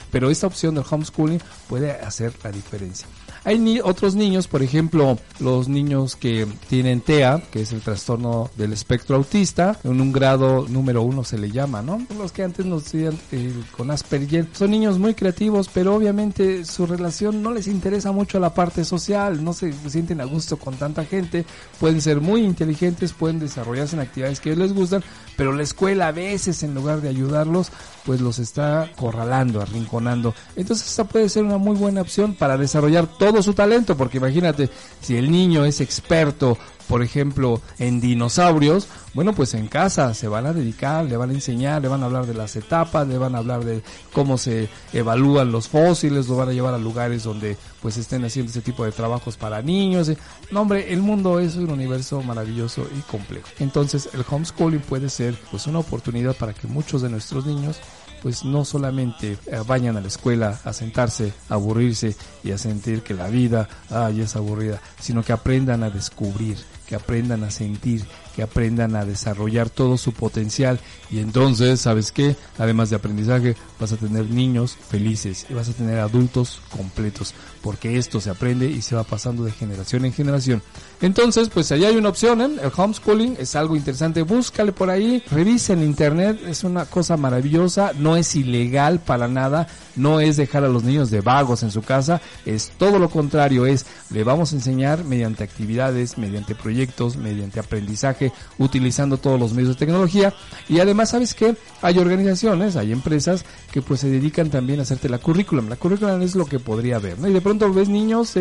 pero esta opción del homeschooling puede hacer la diferencia. Hay otros niños, por ejemplo, los niños que tienen TEA, que es el trastorno del espectro autista, en un grado número 1 se le llama, ¿no? Los que antes nos decían con Asperger, son niños muy creativos, pero obviamente su relación no les interesa mucho la parte social, no se sienten a gusto con tanta gente, pueden ser muy inteligentes, pueden desarrollarse en actividades que a ellos les gustan, pero la escuela a veces, en lugar de ayudarlos, pues los está acorralando, arrinconando. Entonces esta puede ser una muy buena opción para desarrollar todo su talento, porque imagínate, si el niño es experto, por ejemplo, en dinosaurios, bueno, pues en casa se van a dedicar, le van a enseñar, le van a hablar de las etapas, le van a hablar de cómo se evalúan los fósiles, lo van a llevar a lugares donde pues estén haciendo ese tipo de trabajos para niños. No, hombre, el mundo es un universo maravilloso y complejo. Entonces el homeschooling puede ser pues una oportunidad para que muchos de nuestros niños pues no solamente vayan a la escuela a sentarse, a aburrirse y a sentir que la vida ya es aburrida, sino que aprendan a descubrir, que aprendan a sentir, que aprendan a desarrollar todo su potencial. Y entonces, ¿sabes qué? Además de aprendizaje, vas a tener niños felices y vas a tener adultos completos, porque esto se aprende y se va pasando de generación en generación. Entonces, pues allá hay una opción, ¿eh? El homeschooling es algo interesante, búscale por ahí, revisa en internet, es una cosa maravillosa, no es ilegal para nada, no es dejar a los niños de vagos en su casa, es todo lo contrario, le vamos a enseñar mediante actividades, mediante proyectos, mediante aprendizaje, utilizando todos los medios de tecnología. Y además, ¿sabes qué? Hay organizaciones, hay empresas que pues se dedican también a hacerte la currículum. La currículum es lo que podría haber, ¿no? Y de pronto ves niños,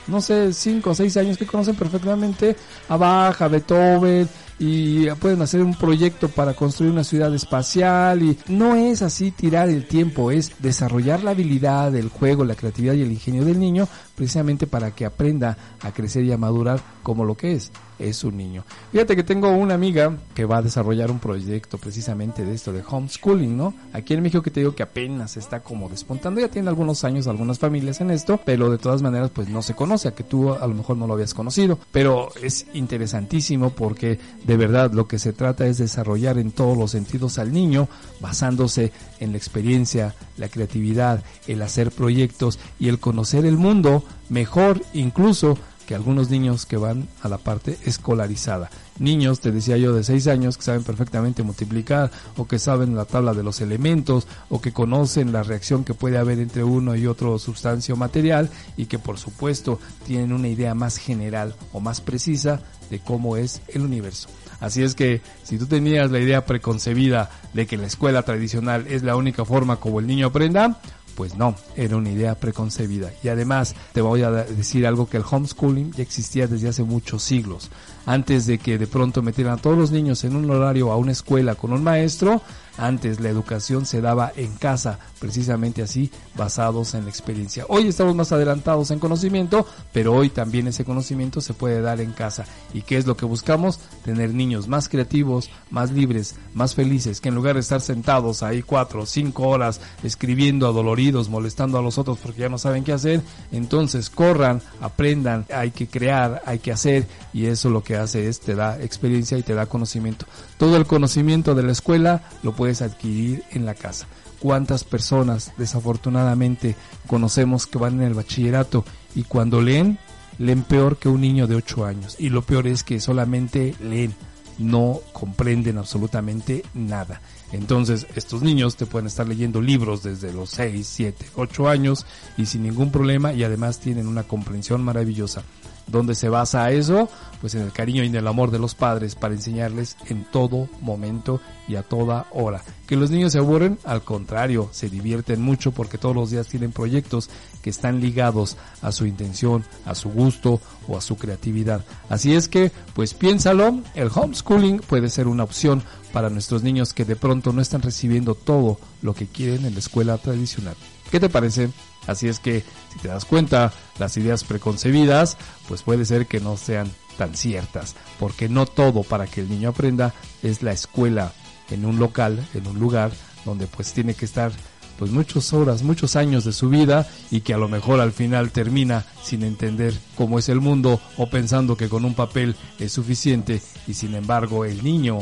5 o 6 años que conocen perfectamente a Bach, a Beethoven, y pueden hacer un proyecto para construir una ciudad espacial. Y no es así tirar el tiempo, es desarrollar la habilidad, el juego, la creatividad y el ingenio del niño, precisamente para que aprenda a crecer y a madurar como lo que es un niño. Fíjate que tengo una amiga que va a desarrollar un proyecto precisamente de esto, de homeschooling, ¿no? Aquí en México, que te digo que apenas está como despuntando, ya tiene algunos años algunas familias en esto, pero de todas maneras pues no se conoce, a que tú a lo mejor no lo habías conocido, pero es interesantísimo porque de verdad lo que se trata es desarrollar en todos los sentidos al niño, basándose en la experiencia, la creatividad, el hacer proyectos y el conocer el mundo mejor incluso que algunos niños que van a la parte escolarizada. Niños, te decía yo, de 6 años que saben perfectamente multiplicar, o que saben la tabla de los elementos, o que conocen la reacción que puede haber entre uno y otro sustancia o material, y que por supuesto tienen una idea más general o más precisa de cómo es el universo. Así es que si tú tenías la idea preconcebida de que la escuela tradicional es la única forma como el niño aprenda, pues no, era una idea preconcebida. Y además te voy a decir algo, que el homeschooling ya existía desde hace muchos siglos. Antes de que de pronto metieran a todos los niños en un horario a una escuela con un maestro, antes la educación se daba en casa, precisamente así, basados en la experiencia. Hoy estamos más adelantados en conocimiento, pero hoy también ese conocimiento se puede dar en casa. ¿Y qué es lo que buscamos? Tener niños más creativos, más libres, más felices, que en lugar de estar sentados ahí 4 o 5 horas escribiendo adoloridos, molestando a los otros porque ya no saben qué hacer, entonces corran, aprendan, hay que crear, hay que hacer, y eso lo que hace es te da experiencia y te da conocimiento. Todo el conocimiento de la escuela lo puedes adquirir en la casa. ¿Cuántas personas desafortunadamente conocemos que van en el bachillerato y cuando leen peor que un niño de 8 años? Y lo peor es que solamente leen, no comprenden absolutamente nada. Entonces estos niños te pueden estar leyendo libros desde los 6, 7, 8 años y sin ningún problema, y además tienen una comprensión maravillosa. ¿Dónde se basa eso? Pues en el cariño y en el amor de los padres para enseñarles en todo momento y a toda hora. ¿Que los niños se aburren? Al contrario, se divierten mucho porque todos los días tienen proyectos que están ligados a su intención, a su gusto o a su creatividad. Así es que, pues piénsalo, el homeschooling puede ser una opción para nuestros niños que de pronto no están recibiendo todo lo que quieren en la escuela tradicional. ¿Qué te parece? Así es que, si te das cuenta, las ideas preconcebidas, pues puede ser que no sean tan ciertas, porque no todo para que el niño aprenda es la escuela en un local, en un lugar donde pues tiene que estar pues muchas horas, muchos años de su vida, y que a lo mejor al final termina sin entender cómo es el mundo o pensando que con un papel es suficiente, y sin embargo el niño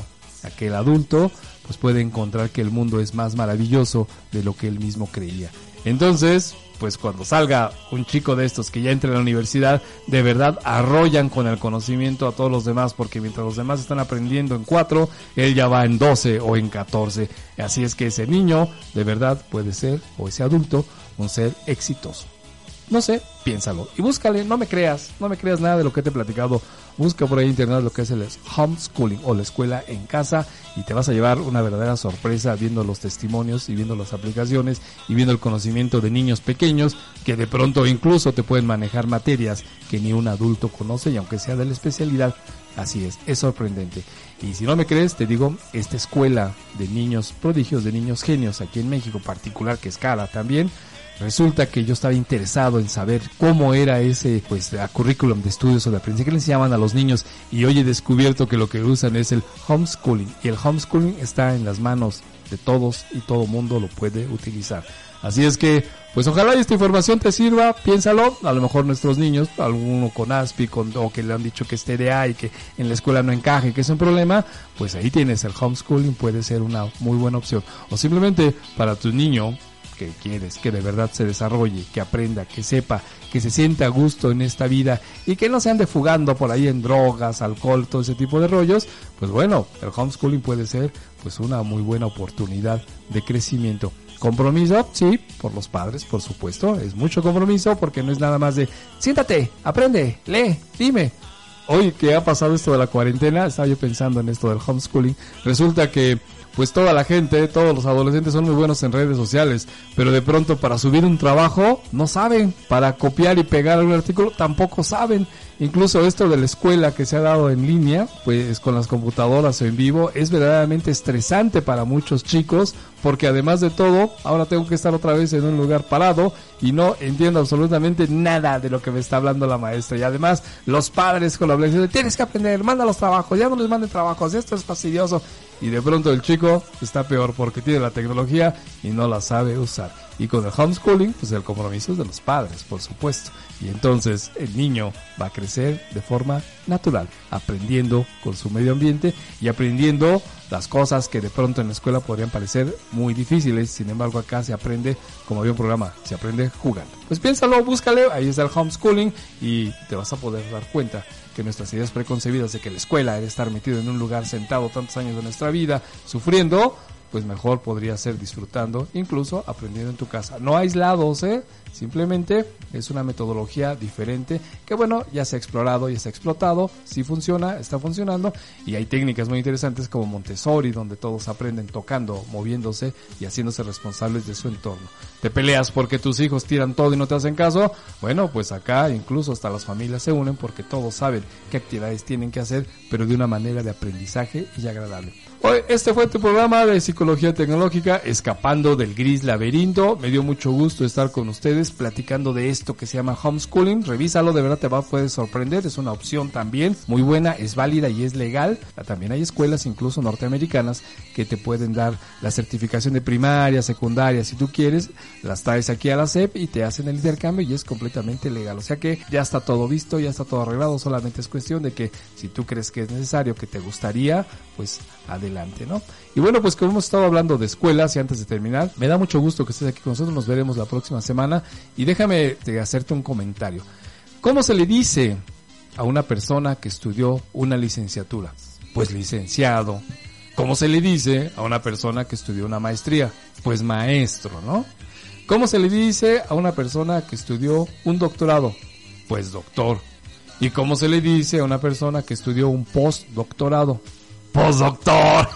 aquel adulto pues puede encontrar que el mundo es más maravilloso de lo que él mismo creía. Entonces, pues cuando salga un chico de estos que ya entre a la universidad, de verdad arrollan con el conocimiento a todos los demás, porque mientras los demás están aprendiendo en 4, él ya va en 12 o en 14. Así es que ese niño, de verdad, puede ser, o ese adulto, un ser exitoso. No sé, piénsalo y búscale, no me creas nada de lo que te he platicado. Busca por ahí en internet lo que es el homeschooling o la escuela en casa y te vas a llevar una verdadera sorpresa viendo los testimonios y viendo las aplicaciones y viendo el conocimiento de niños pequeños que de pronto incluso te pueden manejar materias que ni un adulto conoce y aunque sea de la especialidad, así es sorprendente. Y si no me crees, te digo, esta escuela de niños prodigios, de niños genios aquí en México, particular que es cara también, resulta que yo estaba interesado en saber cómo era ese currículum de estudios o de aprendizaje que les llaman a los niños y hoy he descubierto que lo que usan es el homeschooling y el homeschooling está en las manos de todos y todo mundo lo puede utilizar. Así es que, pues ojalá esta información te sirva, piénsalo, a lo mejor nuestros niños, alguno con ASPI o que le han dicho que es TDA y que en la escuela no encaje, que es un problema, pues ahí tienes el homeschooling, puede ser una muy buena opción. O simplemente para tu niño, que quieres que de verdad se desarrolle, que aprenda, que sepa, que se sienta a gusto en esta vida y que no se ande fugando por ahí en drogas, alcohol, todo ese tipo de rollos, pues bueno, el homeschooling puede ser pues una muy buena oportunidad de crecimiento. Compromiso, sí, por los padres, por supuesto, es mucho compromiso porque no es nada más de siéntate, aprende, lee, dime. Hoy que ha pasado esto de la cuarentena, estaba yo pensando en esto del homeschooling, resulta que pues toda la gente, todos los adolescentes son muy buenos en redes sociales, pero de pronto para subir un trabajo no saben, para copiar y pegar un artículo tampoco saben. Incluso esto de la escuela que se ha dado en línea, pues con las computadoras o en vivo, es verdaderamente estresante para muchos chicos, porque además de todo, ahora tengo que estar otra vez en un lugar parado y no entiendo absolutamente nada de lo que me está hablando la maestra. Y además, los padres con la obligación de tienes que aprender, manda los trabajos, ya no les manden trabajos, esto es fastidioso. Y de pronto el chico está peor porque tiene la tecnología y no la sabe usar. Y con el homeschooling, pues el compromiso es de los padres, por supuesto. Y entonces el niño va a crecer de forma natural, aprendiendo con su medio ambiente y aprendiendo las cosas que de pronto en la escuela podrían parecer muy difíciles. Sin embargo, acá se aprende, como había un programa, se aprende jugando. Pues piénsalo, búscale, ahí está el homeschooling y te vas a poder dar cuenta que nuestras ideas preconcebidas de que la escuela debe estar metido en un lugar sentado tantos años de nuestra vida, sufriendo, pues mejor podría ser disfrutando, incluso aprendiendo en tu casa. No aislados, simplemente es una metodología diferente que bueno, ya se ha explorado, ya se ha explotado, sí funciona, está funcionando y hay técnicas muy interesantes como Montessori donde todos aprenden tocando, moviéndose y haciéndose responsables de su entorno. ¿Te peleas porque tus hijos tiran todo y no te hacen caso? Bueno, pues acá incluso hasta las familias se unen porque todos saben qué actividades tienen que hacer, pero de una manera de aprendizaje y agradable. Hoy este fue tu programa de Psicología Tecnológica, escapando del gris laberinto. Me dio mucho gusto estar con ustedes platicando de esto que se llama homeschooling. Revísalo, de verdad te puede sorprender, es una opción también muy buena, es válida y es legal. También hay escuelas, incluso norteamericanas, que te pueden dar la certificación de primaria, secundaria, si tú quieres, las traes aquí a la SEP y te hacen el intercambio y es completamente legal. O sea que ya está todo visto, ya está todo arreglado, solamente es cuestión de que si tú crees que es necesario, que te gustaría, pues adelante, ¿no? Y bueno, pues como hemos estado hablando de escuelas y antes de terminar, me da mucho gusto que estés aquí con nosotros, nos veremos la próxima semana y déjame hacerte un comentario. ¿Cómo se le dice a una persona que estudió una licenciatura? Pues licenciado. ¿Cómo se le dice a una persona que estudió una maestría? Pues maestro, ¿no? ¿Cómo se le dice a una persona que estudió un doctorado? Pues doctor. ¿Y cómo se le dice a una persona que estudió un postdoctorado? Postdoctor.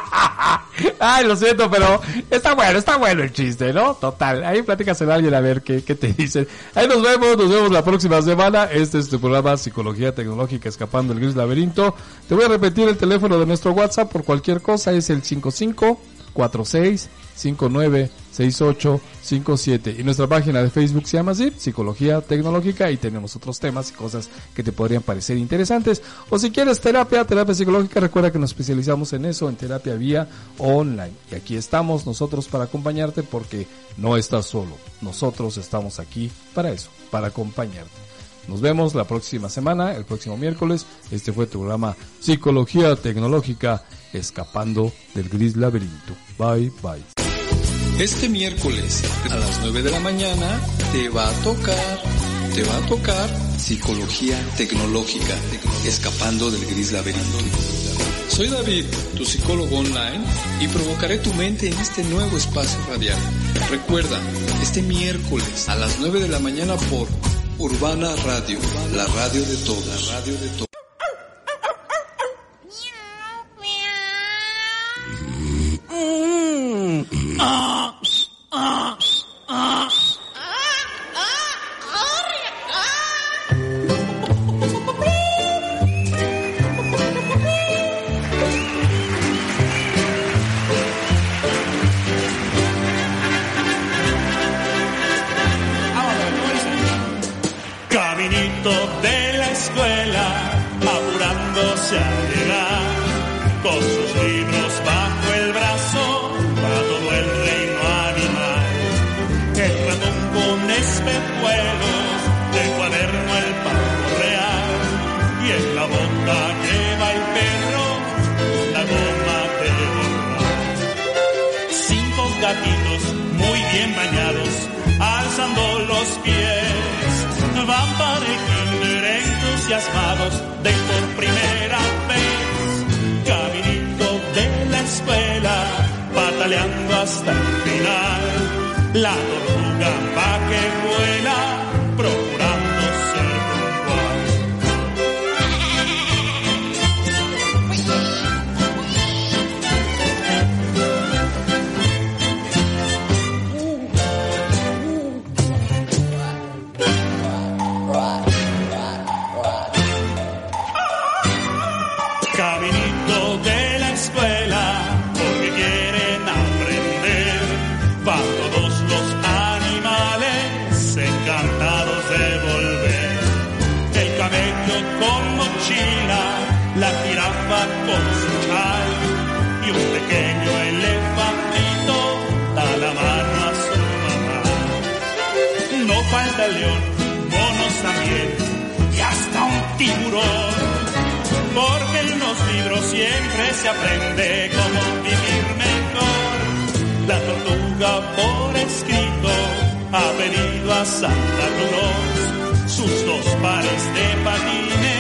Ay, lo siento, pero está bueno el chiste, ¿no? Total, ahí platícaselo a alguien a ver qué te dicen. Ahí nos vemos la próxima semana. Este es tu programa Psicología Tecnológica, escapando del gris laberinto. Te voy a repetir el teléfono de nuestro WhatsApp por cualquier cosa, es el 5546-596857. Y nuestra página de Facebook se llama así, Psicología Tecnológica, y tenemos otros temas y cosas que te podrían parecer interesantes. O si quieres terapia psicológica, recuerda que nos especializamos en eso, en terapia vía online. Y aquí estamos nosotros para acompañarte porque no estás solo. Nosotros estamos aquí para eso, para acompañarte. Nos vemos la próxima semana, el próximo miércoles. Este fue tu programa Psicología Tecnológica, escapando del gris laberinto. Bye, bye. Este miércoles a las 9 de la mañana te va a tocar Psicología Tecnológica, escapando del gris laberinto. Soy David, tu psicólogo online, y provocaré tu mente en este nuevo espacio radial. Recuerda, este miércoles a las 9 de la mañana por Urbana Radio, la radio de todos, la radio de todos. Caminito de la escuela, apurándose a llegar, con sus libros bajo el brazo, para todo el reino animal. El ratón con espejuelos, de cuaderno el pavo real, y en la boca lleva el perro la goma de borrar. 5 gatitos muy bien bañados, alzando los pies, van para el kinder entusiasmados de por primera vez. Caminito de la escuela, pataleando hasta el final. La tortuga va que vuela, procurando ser la jirafa con su chal y un pequeño elefantito da la mano a su mamá. No falta el león, monos también y hasta un tiburón, porque en los libros siempre se aprende cómo vivir mejor. La tortuga por escrito ha pedido a Santa Claus sus 2 pares de patines